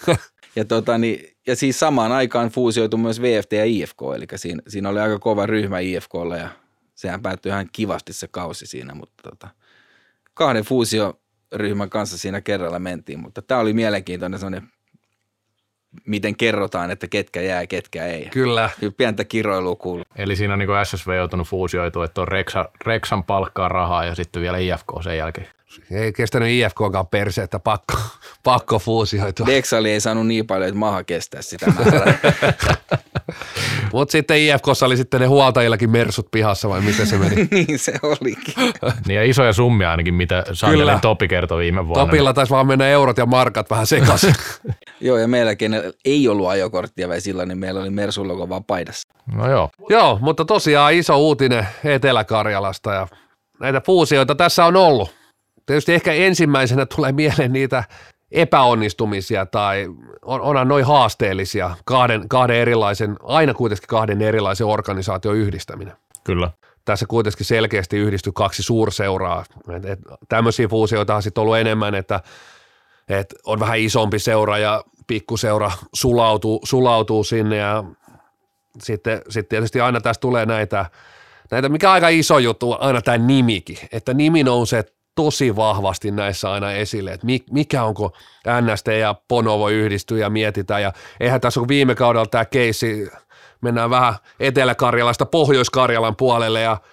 Ja siis samaan aikaan fuusioitu myös VFT ja IFK, eli siinä oli aika kova ryhmä IFKlla ja sehän päättyi ihan kivasti se kausi siinä, mutta 2 fuusioryhmän kanssa siinä kerralla mentiin, mutta tämä oli mielenkiintoinen sellainen, miten kerrotaan, että ketkä jää, ketkä ei. Kyllä. Pientä kiroilua kuuluu. Eli siinä on niin kuin SSV joutunut fuusioitua, että on Reksan palkkaa rahaa ja sitten vielä IFK sen jälkeen. Ei kestänyt IFK:nkaan perse, että pakko fuusioitua. Dexali ei saanut niin paljon, että maha kestää sitä määrää. Mutta sitten IFK:ssa oli sitten ne huoltajillakin mersut pihassa vai miten se meni? Niin se olikin. Niin ja isoja summia ainakin, mitä Sandelin Topi kertoi viime vuonna. Topilla taisi vaan mennä eurot ja markat vähän sekaisin. Joo, ja meilläkin ei ollut ajokorttia vielä silloin, niin meillä oli Mersun logo vaan paidassa. No joo. Joo, mutta tosiaan iso uutinen Etelä-Karjalasta ja näitä fuusioita tässä on ollut. Tietysti ehkä ensimmäisenä tulee mieleen niitä epäonnistumisia tai onhan noin haasteellisia kahden erilaisen, aina kuitenkin 2 erilaisen organisaation yhdistäminen. Kyllä. Tässä kuitenkin selkeästi yhdistyi 2 suurseuraa. Tämmöisiä fuusioita on sitten ollut enemmän, että on vähän isompi seura ja pikkuseura sulautuu sinne ja sitten tietysti aina tässä tulee näitä, mikä on aika iso juttu, aina tämä nimikin, että nimi nousee tosi vahvasti näissä aina esille, että mikä onko NST ja Ponovo yhdistyy ja mietitään ja eihän tässä ole viime kaudella tämä keissi, mennään vähän Etelä-Karjalasta Pohjois-Karjalan puolelle ja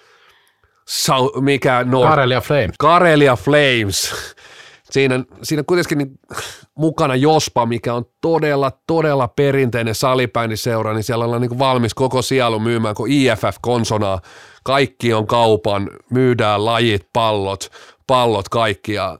Karelia Flames. Siinä kuitenkin niin mukana Jospa, mikä on todella perinteinen salibändiseura, niin siellä ollaan niin valmis koko sielu myymään, kun IFF-konsonaa. Kaikki on kaupan, myydään lajit, pallot kaikki ja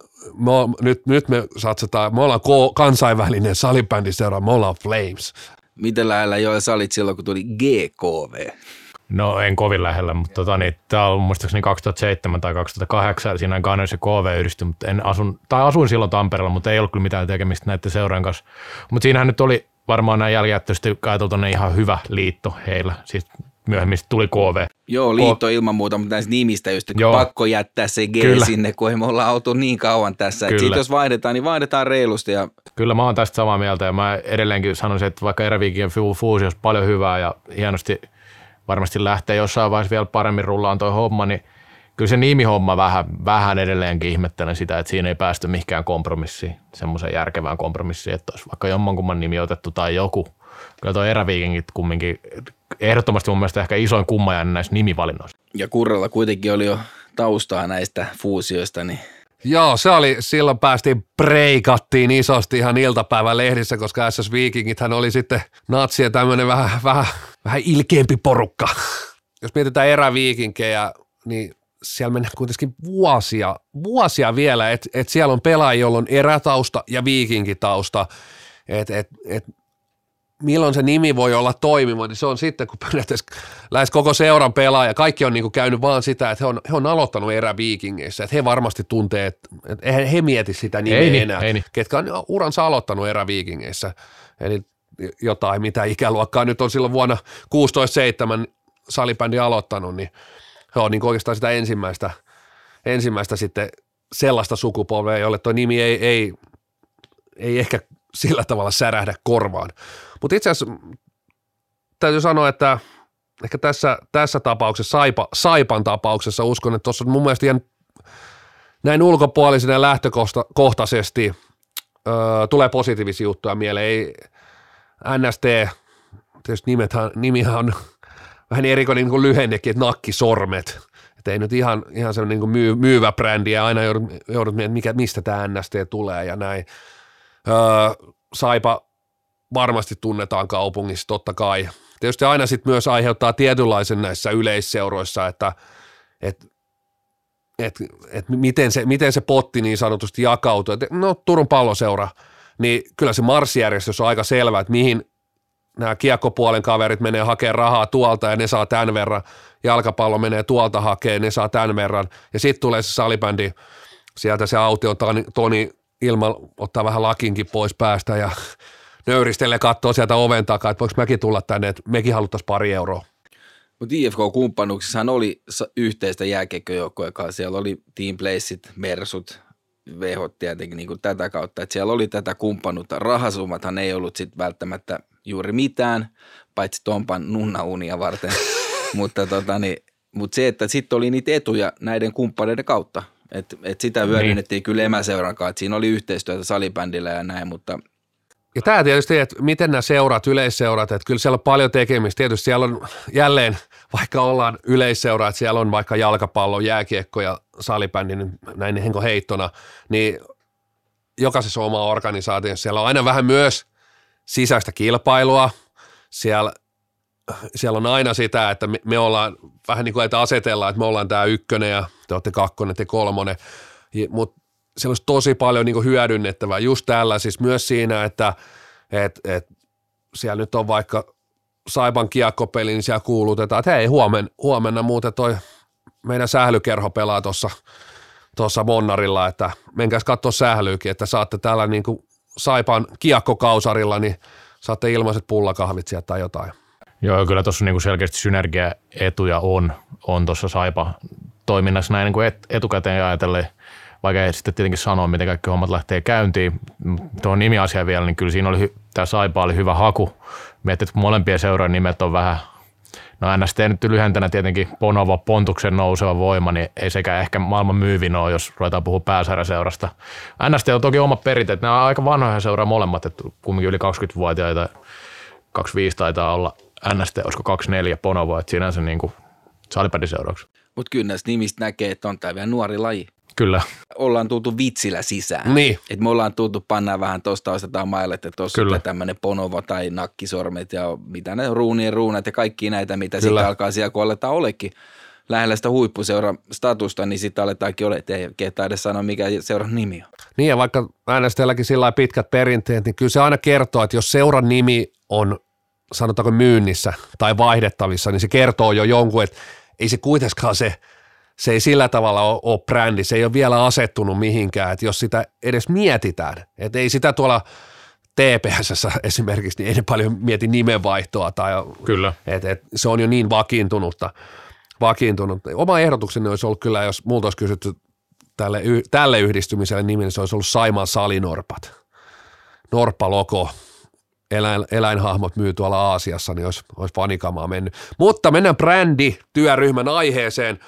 nyt me satsataan, me ollaan kansainvälinen salibändiseura, me ollaan Flames. Miten lähellä Joel sä olit silloin, kun tuli GKV? No en kovin lähellä, mutta tämä on muistaakseni 2007 tai 2008, siinä Gunners ja KV yhdistyi, mutta asuin silloin Tampereella, mutta ei ollut kyllä mitään tekemistä näiden seurojen kanssa. Mutta siinähän nyt oli varmaan näin jälkijättöisesti ajateltuna ihan hyvä liitto heillä, siis myöhemmin tuli KV. Joo, liitto ilman muuta, mutta näistä nimistä just, että pakko jättää se G kyllä sinne, kun ei me olla oltu niin kauan tässä. Sitten jos vaihdetaan, niin vaihdetaan reilusti. Ja kyllä mä oon tästä samaa mieltä ja mä edelleenkin sanoisin, että vaikka Eräviikin fuusiossa paljon hyvää ja hienosti varmasti lähtee jossain vaiheessa vielä paremmin rullaan toi homma, niin kyllä se nimihomma vähän edelleenkin ihmettelen sitä, että siinä ei päästy mihinkään kompromissiin, semmoiseen järkevään kompromissiin, että olisi vaikka jommankumman nimi otettu tai joku. Kyllä toi Eräviikingit kumminkin ehdottomasti mun mielestä ehkä isoin kummajainen näissä nimivalinnoissa. Ja Kurrella kuitenkin oli jo taustaa näistä fuusioista, niin joo, se oli, silloin breikattiin isosti ihan iltapäivän lehdissä, koska SS Vikingithän oli sitten natsien tämmöinen vähän ilkeämpi porukka. Jos mietitään eräviikinkejä, niin siellä mennään kuitenkin vuosia vielä, että siellä on pelaajia, joilla on erätausta ja viikinkitausta, että milloin se nimi voi olla toimiva, niin se on sitten, kun periaatteessa lähes koko seuran pelaaja, kaikki on niinku käynyt vaan sitä, että he on aloittanut eräviikingeissä, että he varmasti tuntee, että he mieti sitä nimeä enää, ketkä on uransa aloittanut eräviikingeissä, eli jotain, mitä ikäluokkaa nyt on silloin vuonna 16-7 salibändi aloittanut, niin he on niin oikeastaan sitä ensimmäistä sitten sellaista sukupolvea, jolle tuo nimi ei ehkä sillä tavalla särähdä korvaan. Mutta itse asiassa täytyy sanoa, että ehkä tässä tapauksessa, Saipan tapauksessa uskon, että tuossa mun mielestä ihan näin ulkopuolisena ja lähtökohtaisesti tulee positiivisia juttuja mieleen. Ei NST, tietysti nimihän on vähän erikoinen niin kuin lyhennekin, että nakkisormet. Että ei nyt ihan sellainen niin kuin myyvä brändi ja aina joudut miettimään, mistä tämä NST tulee ja näin. Saipa varmasti tunnetaan kaupungissa, totta kai. Tietysti aina sitten myös aiheuttaa tietynlaisen näissä yleisseuroissa, että miten se potti niin sanotusti jakautuu. No Turun Palloseura, niin kyllä se marssijärjestys on aika selvä, että mihin nämä kiekkopuolen kaverit menee hakemaan rahaa tuolta ja ne saa tämän verran, jalkapallo menee tuolta hakemaan, ne saa tämän verran, ja sitten tulee se salibändi, sieltä se Autio Toni ilman ottaa vähän lakinkin pois päästä ja nöyristelee katsoo sieltä oven takaa, että voiko mäkin tulla tänne, että mekin haluttaisiin pari euroa. Mutta IFK-kumppanuuksissahan oli yhteistä jääkiekkojoukkoja kanssa. Siellä oli Team Placeit, Mersut vehot tietenkin niin kuin tätä kautta, että siellä oli tätä kumppanuutta. Rahasummathan ei ollut sitten välttämättä juuri mitään, paitsi Tompan nunnaunia varten, mutta se, että sitten oli niitä etuja näiden kumppaneiden kautta, että sitä hyödynnettiin kyllä emäseuran kanssa, että siinä oli yhteistyötä salibändillä ja näin, mutta ja tämä tietysti, että miten nämä seurat, yleisseurat, että kyllä siellä on paljon tekemistä. Tietysti siellä on jälleen, vaikka ollaan yleisseura, että siellä on vaikka jalkapallo, jääkiekko ja salibändi, niin näin heittona, niin jokaisessa oma organisaatiossa siellä on aina vähän myös sisäistä kilpailua. Siellä on aina sitä, että me ollaan vähän niin kuin, että asetellaan, että me ollaan tämä ykkönen ja te olette kakkonen, te kolmonen, mutta siellä olisi tosi paljon niin kuin hyödynnettävää just tällä, siis myös siinä, että siellä nyt on vaikka Saipan kiekkopeli, niin siellä kuulutetaan, että hei huomenna muuten toi meidän sählykerho pelaa tuossa Monnarilla, että menkääs katsoa sählyykin, että saatte täällä niin kuin Saipan kiekkokausarilla, niin saatte ilmaiset pullakahvit sieltä tai jotain. Joo, kyllä tuossa niinku selkeästi synergiaetuja on tuossa Saipa-toiminnassa näin niin etukäteen ajatellen, vaikka ei sitten tietenkin sanoa, miten kaikki hommat lähtee käyntiin. Tuohon nimiasiaan vielä, niin kyllä siinä oli, tämä Saipa oli hyvä haku. Mietit, että molempien seurojen nimet on vähän, no NST nyt lyhentänä tietenkin Ponova, Pontuksen nouseva voima, niin ei sekä ehkä maailman myyvin ole, jos ruvetaan puhua pääsarjaseurasta. NST on toki oma perinteet, nämä on aika vanhoja seuraa molemmat, että kumminkin yli 20-vuotiaita, 25 taitaa olla NST, olisiko 24 Ponova, että sinänsä niin kuin salibändiseuraksi. Mutta kyllä näistä nimistä näkee, että on tämä vielä nuori laji. Kyllä. Ollaan tultu vitsillä sisään. Niin. Et me ollaan tultu, pannaan vähän tosta, ostetaan mailet, että tuossa on tämmöinen Ponova tai nakkisormet ja mitä ne ruunien ruunat ja kaikki näitä, mitä sitten alkaa siellä, kun aletaan olekin lähellä sitä huippuseuran statusta, niin sitten aletaankin ole, että ei kehtaa edes sanoa, mikä seuran nimi on. Niin ja vaikka äänestäjälläkin sillä lailla pitkät perinteet, niin kyllä se aina kertoo, että jos seuran nimi on sanotaanko myynnissä tai vaihdettavissa, niin se kertoo jo jonkun, että ei se kuitenkaan se ei sillä tavalla ole brändi, se ei ole vielä asettunut mihinkään, että jos sitä edes mietitään, että ei sitä tuolla TPS:ssä esimerkiksi, niin ei ne paljon mieti nimenvaihtoa, tai kyllä. Että se on jo niin vakiintunutta. Oma ehdotukseni olisi ollut kyllä, jos multa olisi kysytty tälle yhdistymiselle nimi, niin se olisi ollut Saimaan Salinorpat. Norppa-logo, eläinhahmot myy tuolla Aasiassa, niin olisi fanikamaa mennyt. Mutta mennään brändityöryhmän aiheeseen.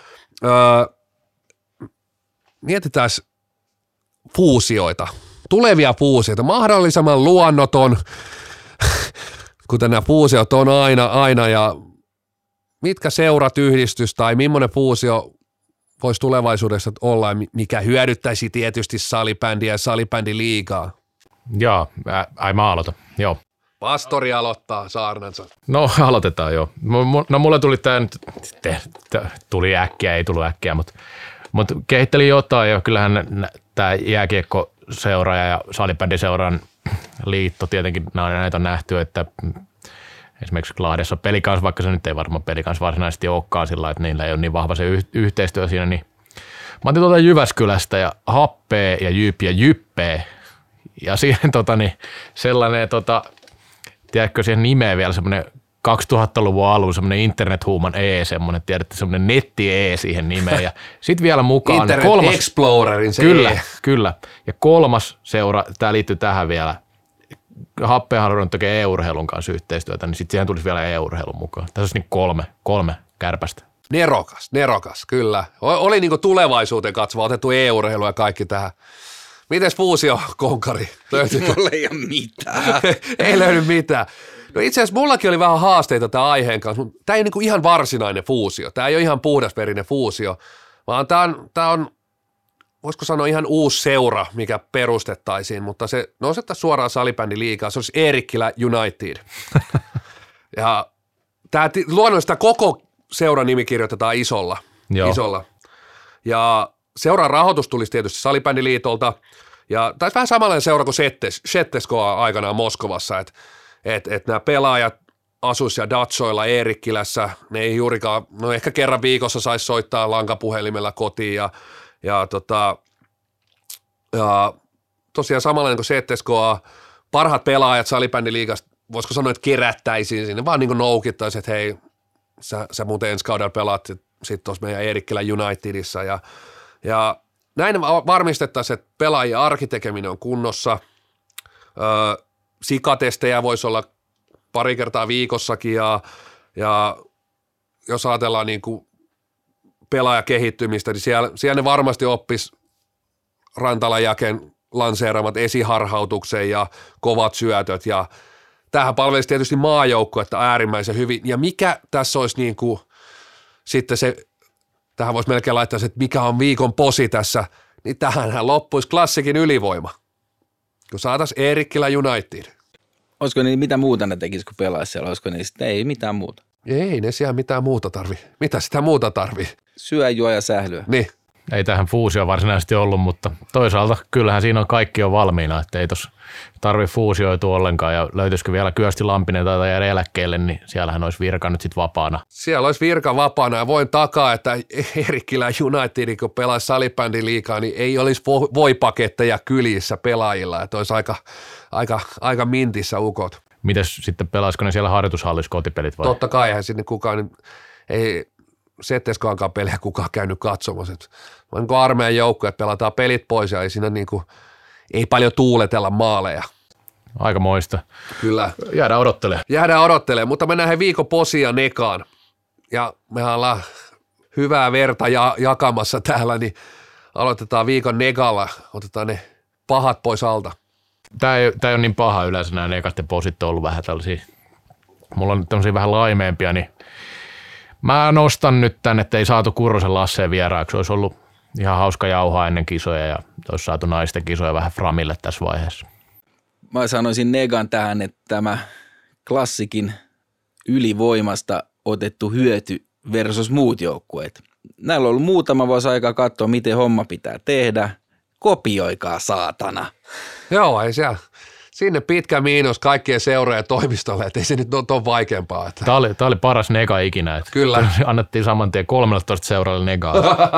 Mietitään fuusioita, tulevia fuusioita, mahdollisimman luonnoton, kuten nämä fuusiot on aina ja mitkä seurat yhdistys tai millainen fuusio voisi tulevaisuudessa olla, mikä hyödyttäisi tietysti salibändiä ja salibändiliigaa. Joo, mä aloitan, joo. Pastori aloittaa saarnansa. No aloitetaan joo. No mulle tuli tämä nyt, tuli äkkiä, ei tullut äkkiä, mutta kehittelin jotain ja kyllähän tämä jääkiekkoseura ja salibändiseuran liitto tietenkin näitä on nähty, että esimerkiksi Lahdessa Pelikans, vaikka se nyt ei varmaan Pelikans varsinaisesti olekaan sillä, että niillä ei ole niin vahva se yhteistyö siinä, niin mä otin tuolta Jyväskylästä ja Happee ja Jyp ja Jyppee ja siihen sellainen tiedätkö siihen nimeen vielä semmoinen 2000-luvun alun semmoinen internethuuman semmoinen, tiedätte, semmoinen netti siihen nimeen ja sitten vielä mukaan. Internet Explorerin se Kyllä. Ja kolmas seura, tämä liittyy tähän vielä, Happehan tekee e-urheilun kanssa yhteistyötä, niin sitten siihen tulisi vielä e-urheilun mukaan. Tässä olisi niin kolme kärpästä. Nerokas, kyllä. Oli niin kuin tulevaisuuteen katsova, otettu e-urheilu ja kaikki tähän. Mites fuusio, konkari? Mulla ei ole mitään. Ei löydy mitään. No itse asiassa mullakin oli vähän haasteita tämän aiheen kanssa, mutta tämä ei niin kuin ihan varsinainen fuusio. Tämä ei ole ihan puhdasverinen fuusio, vaan tämä on, voisiko sanoa ihan uusi seura, mikä perustettaisiin, mutta se nostettaisiin suoraan salibändiliigaan. Se olisi Eerikkilä United. Ja luonnollisesti koko seuran nimi kirjoitetaan isolla. Ja seuran rahoitus tulisi tietysti salibändiliitolta, ja taisi vähän samanlainen seura kuin Shettesko aikanaan Moskovassa, että nämä pelaajat asuisi ja Datsoilla Eerikkilässä, ne ei juurikaan, no ehkä kerran viikossa saisi soittaa lankapuhelimella kotiin, ja tosiaan samanlainen kuin Shetteskoa, parhaat pelaajat salibändiliigasta, voisiko sanoa, että kerättäisiin sinne, vaan niin kuin noukittaisiin, että hei, sä muuten ensi kaudella pelaat sitten tuossa meidän Eerikkilän Unitedissa, ja näin varmistettaisiin, että pelaajien arkitekeminen on kunnossa. Sikatestejä voisi olla pari kertaa viikossakin ja jos ajatellaan niin kuin pelaajakehittymistä, niin siellä ne varmasti oppis Rantalan Jaken lanseeraamat esiharhautuksen ja kovat syötöt ja tämähän palvelisi tietysti maajoukkuetta äärimmäisen hyvin ja mikä tässä olisi niin kuin sitten se, tähän voisi melkein laittaa se, että mikä on viikon posi tässä, niin tähänhän loppuisi Classicin ylivoima, kun saataisiin Eerikkilä United. Olisiko niin, mitä muuta ne tekisi, kun pelaisi siellä? Olisiko niin, sitten ei mitään muuta? Ei ne siellä mitään muuta tarvii. Mitä sitä muuta tarvii? Syö, juo ja sählyä. Niin. Ei tähän fuusio varsinaisesti ollut, mutta toisaalta kyllähän siinä on kaikki on valmiina, että ei tuossa tarvitse fuusioitua ollenkaan ja löytyisikö vielä Kyösti Lampinen tai jäädä eläkkeelle, niin siellähän olisi virka nyt sitten vapaana. Siellä olisi virka vapaana ja voin takaa, että Eerikkilä United, kun pelaisi salibändiliigaa, niin ei olisi voipaketteja kylissä pelaajilla, että olisi aika mintissä ukot. Mites sitten pelaisiko ne siellä harjoitushallissa kotipelit vai? Totta kai, eihän sinne kukaan, niin ei Setteskoankaan pelejä kukaan käynyt katsomassa. Vaan niin armeijan joukko, että pelataan pelit pois ja ei siinä niin kuin, ei paljon tuuletella maaleja. Aika moista. Kyllä. Jäädään odottelemaan, mutta mennään he viikon posia Nekaan. Ja mehän ollaan hyvää verta jakamassa täällä, niin aloitetaan viikon Negalla. Otetaan ne pahat pois alta. Tämä ei ole niin paha yleensä, nämä Nekat ja posit on ollut vähän tällaisia. Mulla on tämmöisiä vähän laimeempia, niin mä nostan nyt tän, että ei saatu Kurrosen Lasseen vieraaksi. Olisi ollut ihan hauska jauhaa ennen kisoja ja olisi saatu naisten kisoja vähän framille tässä vaiheessa. Mä sanoisin Negan tähän, että tämä Classicin ylivoimasta otettu hyöty versus muut joukkueet. Näillä on ollut muutama vuosi aikaa katsoa, miten homma pitää tehdä. Kopioikaa, saatana. Joo, ei siellä. Sinne pitkä miinus kaikkien seuraajan toimistolle, että ei se nyt ole vaikeampaa. Että. Tämä oli paras nega ikinä. Että kyllä. Annettiin saman tien 13 seuraajalle negaa.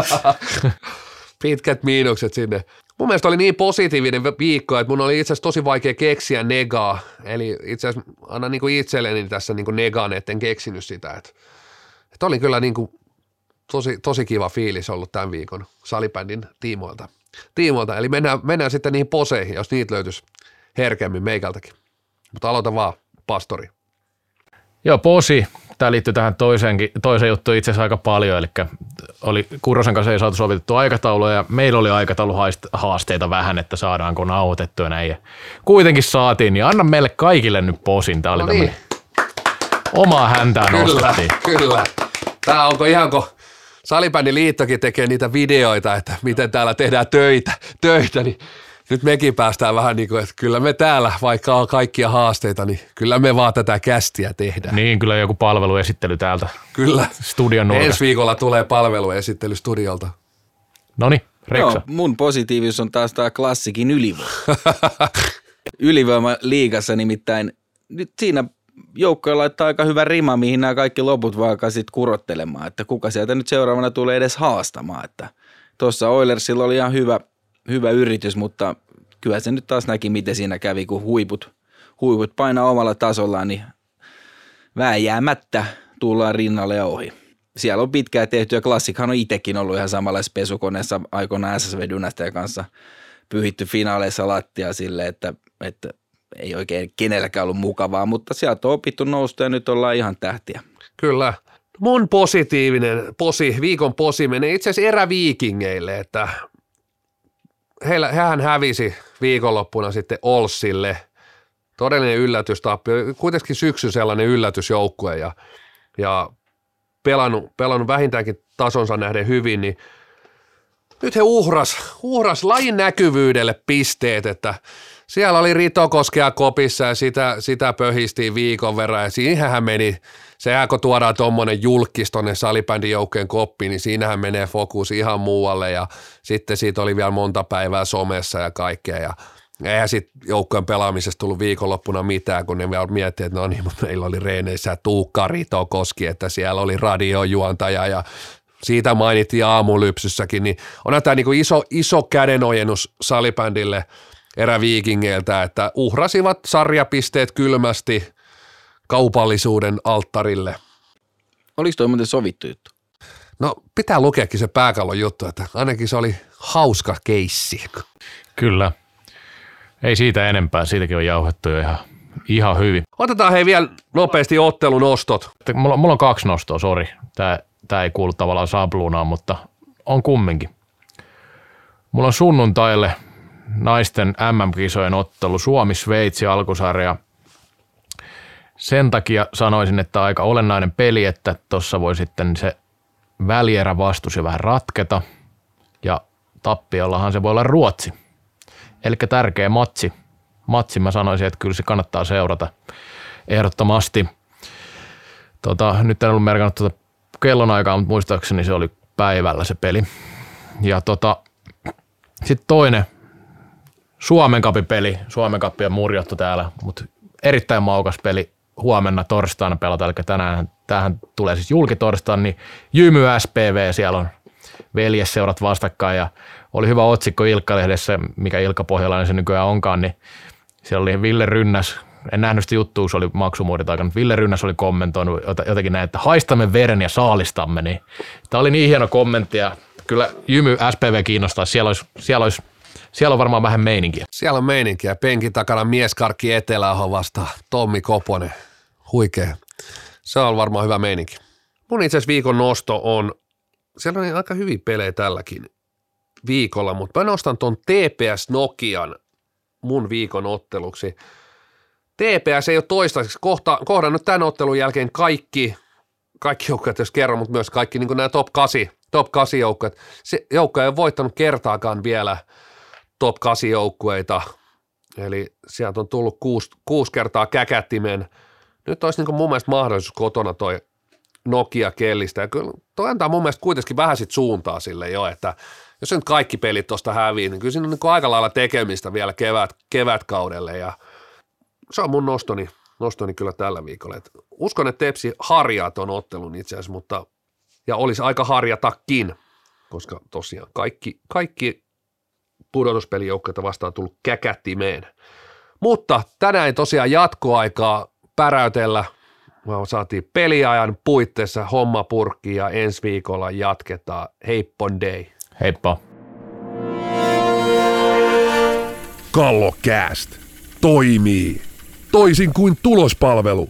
Pitkät miinukset sinne. Mun mielestä oli niin positiivinen viikko, että mun oli itse asiassa tosi vaikea keksiä negaa. Eli itse asiassa annan niin kuin itselleni tässä niin kuin negaan, etten keksinyt sitä. Että oli kyllä niin kuin tosi kiva fiilis ollut tämän viikon salibändin tiimoilta. Eli mennään sitten niihin poseihin, jos niitä löytyisi herkemmin meikältäkin. Mutta aloita vaan, pastori. Joo, posi. Tämä liittyy tähän toiseen juttuun itse asiassa aika paljon, eli Kurrosen kanssa ei saatu sovitettua aikataulua ja meillä oli aikatauluhaasteita vähän, että saadaanko nauhoitettua näin. Ja kuitenkin saatiin, niin anna meille kaikille nyt posin. Tämä oli tämmöinen omaa häntään nostettiin. Kyllä. Tämä onko ihan kuin Salibändiliittokin tekee niitä videoita, että miten täällä tehdään töitä, niin nyt mekin päästään vähän niin kuin, että kyllä me täällä, vaikka on kaikkia haasteita, niin kyllä me vaan tätä kästiä tehdään. Niin, kyllä joku palveluesittely täältä. Kyllä. Studion nurkasta. Ensi viikolla tulee palveluesittely studiolta. Noniin, Reksa. Joo, mun positiivisuus on taas tämä Classicin ylivoima. Ylivoima liigassa nimittäin, nyt siinä joukkoja laittaa aika hyvä rima, mihin nämä kaikki loput vaan sitten kurottelemaan, että kuka sieltä nyt seuraavana tulee edes haastamaan. Että tuossa Oilersilla oli ihan hyvä yritys, mutta kyllä se nyt taas näki, miten siinä kävi, kun huiput painaa omalla tasollaan, niin vääjäämättä tullaan rinnalle ja ohi. Siellä on pitkään tehty ja Classichan on itsekin ollut ihan samanlaisessa pesukoneessa aikoinaan SSV-dynastian kanssa pyhitty finaaleissa lattia silleen, että ei oikein kenelläkään ollut mukavaa, mutta sieltä on opittu nousta ja nyt ollaan ihan tähtiä. Kyllä. Mun viikon posi menee itse asiassa eräviikingeille, että hän hävisi viikonloppuna sitten Olssille. Todellinen yllätystappio, kuitenkin syksy sellainen yllätysjoukkue ja pelannut vähintäänkin tasonsa nähden hyvin, niin nyt he uhras lajin näkyvyydelle pisteet, että siellä oli Ritokoskea kopissa ja sitä pöhistiin viikon verran ja siihenhän meni, sehän kun tuodaan tuommoinen julkkis tuonne salibändijoukkojen koppiin, niin siinähän menee fokus ihan muualle ja sitten siitä oli vielä monta päivää somessa ja kaikkea ja eihän sitten joukkojen pelaamisesta tullut viikonloppuna mitään, kun ne vielä miettii, että no niin, mutta meillä oli reeneissä Tuukka Ritokoski, että siellä oli radiojuontaja ja siitä mainittiin aamulypsyssäkin, niin onhan tämä niinku iso kädenojennus salibändille eräviikingeiltä, että uhrasivat sarjapisteet kylmästi kaupallisuuden alttarille. Oliko toi muuten sovittu juttu? No pitää lukeakin se pääkallon juttu, että ainakin se oli hauska keissi. Kyllä. Ei siitä enempää, siitäkin on jauhettu jo ihan hyvin. Otetaan hei vielä nopeasti ottelunostot. Mulla on 2 nostoa, sori. Tää ei kuulu tavallaan sabluunaan, mutta on kumminkin. Mulla on sunnuntaille naisten MM-kisojen ottelu Suomi-Sveitsi alkusarja. Sen takia sanoisin, että aika olennainen peli, että tuossa voi sitten se välierä vastus jo vähän ratketa ja tappiollahan se voi olla Ruotsi. Eli tärkeä matsi mä sanoisin, että kyllä se kannattaa seurata ehdottomasti. Nyt en ollut merkannut kellonaikaa, mutta muistaakseni se oli päivällä se peli. Ja sitten toinen Suomen Cupin-peli, Suomen Cup on murjottu täällä, mutta erittäin maukas peli huomenna torstaina pelata, eli tämähän tulee siis julkitorstaina, niin Jymy SPV, siellä on veljesseurat vastakkain ja oli hyvä otsikko Ilkka-lehdessä, mikä Ilkka Pohjalainen se nykyään onkaan, niin siellä oli Ville Rynnäs, en nähnyt sitä juttua, se oli maksumuodit aikana, mutta Ville Rynnäs oli kommentoinut jotenkin näin, että haistamme veren ja saalistamme, niin tämä oli niin hieno kommentti ja kyllä Jymy SPV kiinnostaa, siellä on varmaan vähän meininkiä. Siellä on meininkiä, penkin takana mieskarkki Etelä-aho vastaan, Tommi Koponen, huikea. Se on varmaan hyvä meininki. Mun itse asiassa viikon nosto on, siellä on aika hyviä pelejä tälläkin viikolla, mutta mä nostan ton TPS Nokian mun viikon otteluksi. TPS ei ole toistaiseksi kohdannut tämän ottelun jälkeen kaikki joukkueet, jos kerron, mutta myös kaikki niin kuin nämä top 8 joukkueet. Se joukko ei ole voittanut kertaakaan vielä top 8 joukkueita, eli sieltä on tullut 6 kertaa käkättimen. Nyt olisi niin kuin mun mielestä mahdollisuus kotona toi Nokia kellistä, ja kyllä toi antaa mun mielestä kuitenkin vähän sit suuntaa sille jo, että jos nyt kaikki pelit tuosta hävii, niin kyllä siinä on niin kuin aika lailla tekemistä vielä kevätkaudelle, ja se on mun nostoni kyllä tällä viikolla. Et uskon, että Tepsi harjaa ton ottelun itse asiassa, ja olisi aika harjatakin, koska tosiaan kaikki pudotuspelijoukkoita vastaan on tullut käkättimeen. Mutta tänään ei tosiaan jatkoaikaa päräytellä, vaan saatiin peliajan puitteissa homma purkkiin ja ensi viikolla jatketaan. Heippon day. Heippa. Kallokääst toimii toisin kuin tulospalvelu.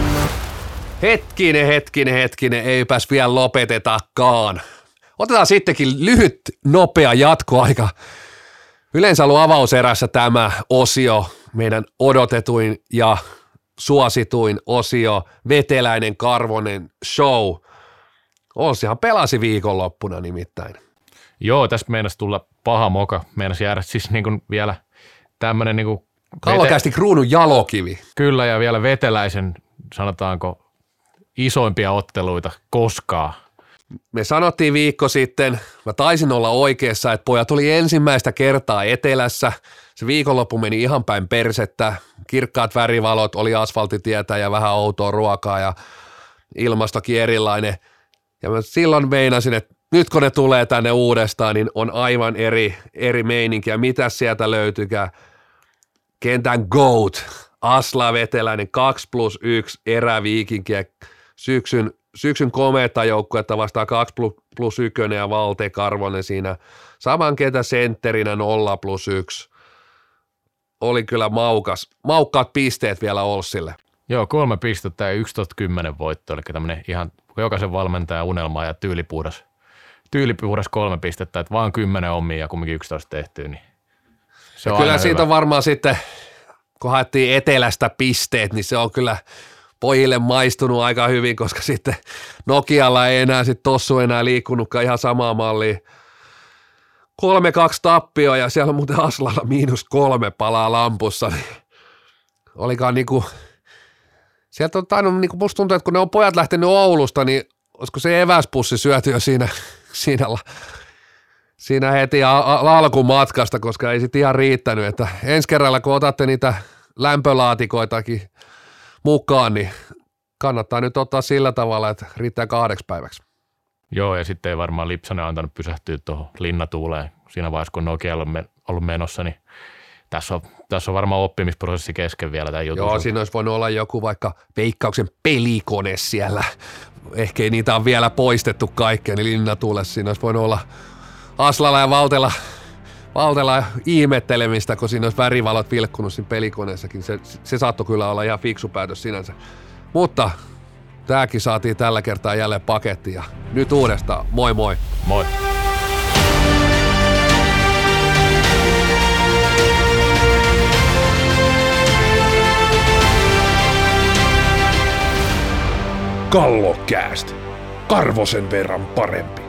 Hetkinen, eipäs vielä lopetetakaan. Otetaan sittenkin lyhyt, nopea jatkoaika. Yleensä ollut avauserässä tämä osio, meidän odotetuin ja suosituin osio, veteläinen Karvonen show. Olsihan pelasi viikonloppuna nimittäin. Joo, tässä meinasi tulla paha moka. Meinasi jäädä siis niin kuin vielä tämmöinen niin kuin Kallokästi kruunun jalokivi. Kyllä, ja vielä veteläisen, sanotaanko, isoimpia otteluita koskaan. Me sanottiin viikko sitten, mä taisin olla oikeassa, että pojat oli ensimmäistä kertaa etelässä. Se viikonloppu meni ihan päin persettä. Kirkkaat värivalot, oli asfaltitietä ja vähän outoa ruokaa ja ilmastokin erilainen. Ja mä silloin meinasin, että nyt kun ne tulee tänne uudestaan, niin on aivan eri meininki. Ja mitä sieltä löytykään? Kentän GOAT, Asla Veteläinen 2+1 eräviikinkiä syksyn komeata joukkuetta vastaan 2+1 ja Valte Karvonen siinä saman kentän sentterinä 0+1. Oli kyllä maukkaat pisteet vielä Olssille. Joo, 3 pistettä ja 11-10 voitto, eli tämmöinen ihan jokaisen valmentajan unelma ja tyylipuhdas 3 pistettä, että vaan 10 omia ja kumminkin 11 tehtyä, niin se on kyllä siitä hyvä. On varmaan sitten, kun haettiin etelästä pisteet, niin se on kyllä pojille maistunut aika hyvin, koska sitten Nokialla ei enää sitten tossu enää liikkunutkaan ihan samaa mallia. 3-2 tappio ja siellä on muuten Aslalla -3 palaa lampussa, niin olikaan niinku, sieltä on tainnut, niinku musta tuntuu, että kun ne on pojat lähtenyt Oulusta, niin olisiko se eväspussi syöty jo siinä heti alkumatkasta, koska ei sitten ihan riittänyt, että ensi kerralla kun otatte niitä lämpölaatikoitakin mukaan, niin kannattaa nyt ottaa sillä tavalla, että riittää 2 päiväksi. Joo, ja sitten ei varmaan Lipsanen antanut pysähtyä tuohon linnatuuleen siinä vaiheessa, kun Nokia on ollut menossa, niin tässä on varmaan oppimisprosessi kesken vielä tämän jutun. Joo, siinä olisi voinut olla joku vaikka Veikkauksen pelikone siellä ehkä ei niitä ole vielä poistettu kaikkea, niin Linnatuulessa siinä olisi voinut olla Aslalla ja Valtela ihmettelemistä, kun siinä olisi värivalot vilkkunut siinä pelikoneessakin. Se saattoi kyllä olla ihan fiksu päätös sinänsä. Mutta tääkin saatiin tällä kertaa jälleen paketti ja nyt uudestaan. Moi moi! Moi! Kallokääst. Karvosen verran parempi.